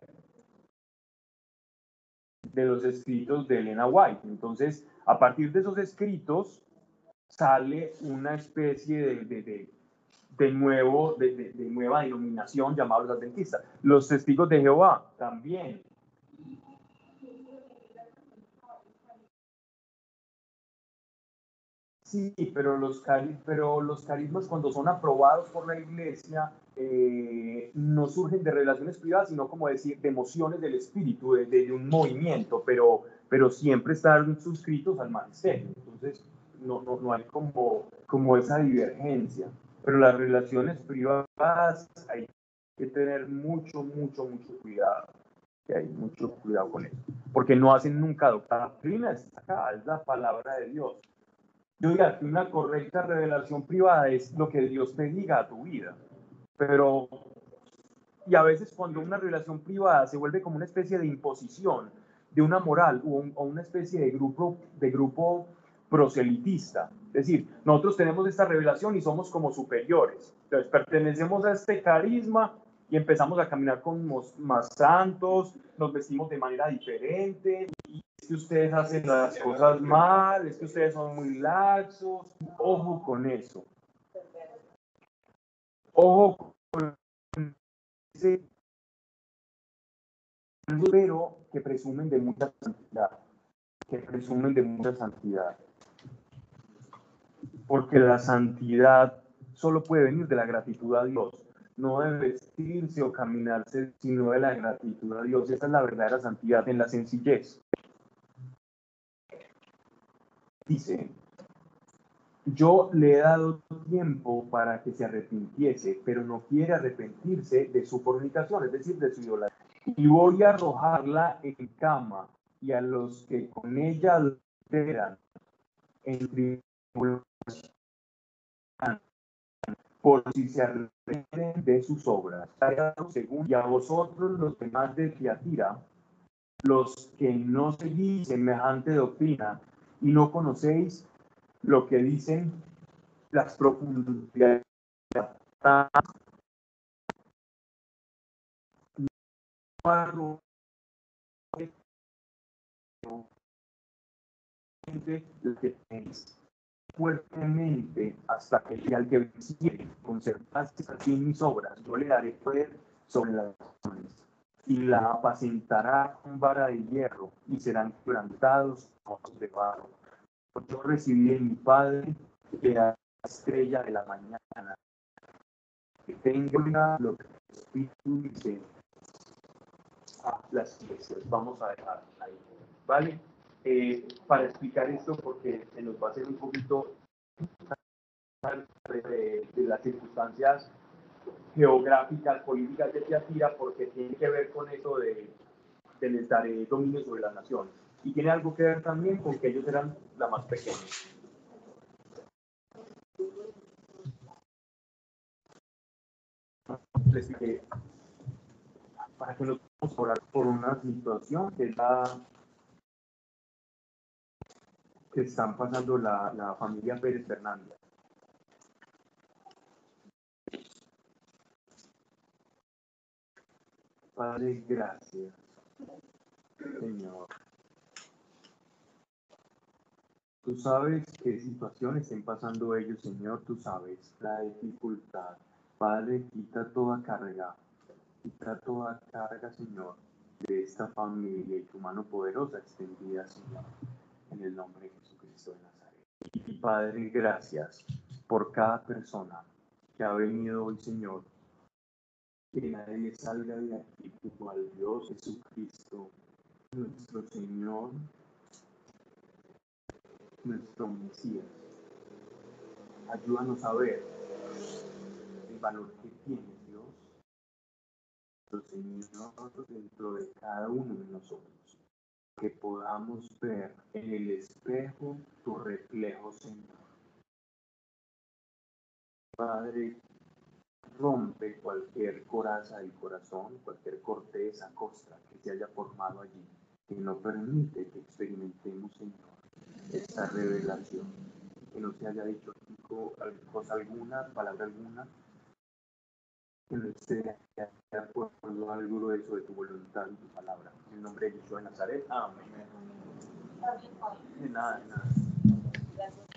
de los escritos de Elena White. Entonces, a partir de esos escritos sale una especie de, de, de, de nuevo, de, de, de nueva denominación llamada los adventistas. Los testigos de Jehová también. Sí, pero los, cari pero los carismas, cuando son aprobados por la iglesia, eh, no surgen de relaciones privadas, sino como decir, de emociones del espíritu, de, de, de un movimiento, pero, pero siempre están suscritos al magisterio. Entonces, no, no, no hay como, como esa divergencia. Pero las relaciones privadas hay que tener mucho, mucho, mucho cuidado. Que hay mucho cuidado con eso. Porque no hacen nunca doctrina, es acá, es la palabra de Dios. Yo diría que una correcta revelación privada es lo que Dios te diga a tu vida. Pero, y a veces cuando una revelación privada se vuelve como una especie de imposición de una moral o, un, o una especie de grupo, de grupo proselitista. Es decir, nosotros tenemos esta revelación y somos como superiores. Entonces pertenecemos a este carisma y empezamos a caminar como más santos, nos vestimos de manera diferente. Es que ustedes hacen las cosas mal, es que ustedes son muy laxos. Ojo con eso. Ojo con ese, pero que presumen de mucha santidad, que presumen de mucha santidad. Porque la santidad solo puede venir de la gratitud a Dios, no de vestirse o caminarse, sino de la gratitud a Dios. Esa es la verdadera santidad, en la sencillez. Dice, yo le he dado tiempo para que se arrepintiese, pero no quiere arrepentirse de su fornicación, es decir, de su idolatría. Y voy a arrojarla en cama, y a los que con ella adulteran en tribulación, por si se arrepienten de sus obras. Según, y a vosotros los demás de Tiatira, los que no seguís semejante doctrina y no conocéis lo que dicen las profundidades, lo que tenéis fuertemente hasta que el día al que venciere, conservaste así mis obras, yo le daré poder sobre las naciones y la apacentará con vara de hierro y serán quebrantados ojos de barro. Yo recibí de mi Padre que la estrella de la mañana, que tenga lo que el Espíritu dice a las iglesias. Vamos a dejar ahí, ¿vale? Eh, para explicar esto, porque se nos va a hacer un poquito de, de las circunstancias geográficas, políticas de Tiatira, porque tiene que ver con eso de, de les daré dominio sobre las naciones. Y tiene algo que ver también con que ellos eran la más pequeña. Les dije, para que nos podamos orar por una situación que es la que están pasando la, la familia Pérez Fernández. Padre, gracias, Señor. Tú sabes qué situaciones estén pasando ellos, Señor. Tú sabes la dificultad. Padre, quita toda carga. Quita toda carga, Señor, de esta familia y tu mano poderosa extendida, Señor, en el nombre de Jesucristo de Nazaret. Y Padre, gracias por cada persona que ha venido hoy, Señor. Que nadie salga de aquí como al Dios Jesucristo, nuestro Señor, nuestro Mesías. Ayúdanos a ver el valor que tiene Dios Señor, dentro de cada uno de nosotros, que podamos ver en el espejo tu reflejo, Señor. Padre, rompe cualquier coraza del corazón, cualquier corteza, costra que se haya formado allí, que no permite que experimentemos, Señor, esta revelación, que no se haya dicho cosa alguna, palabra alguna, que no esté de acuerdo al grueso de tu voluntad y tu palabra. En el nombre de Jesús de Nazaret, amén. De nada, de nada.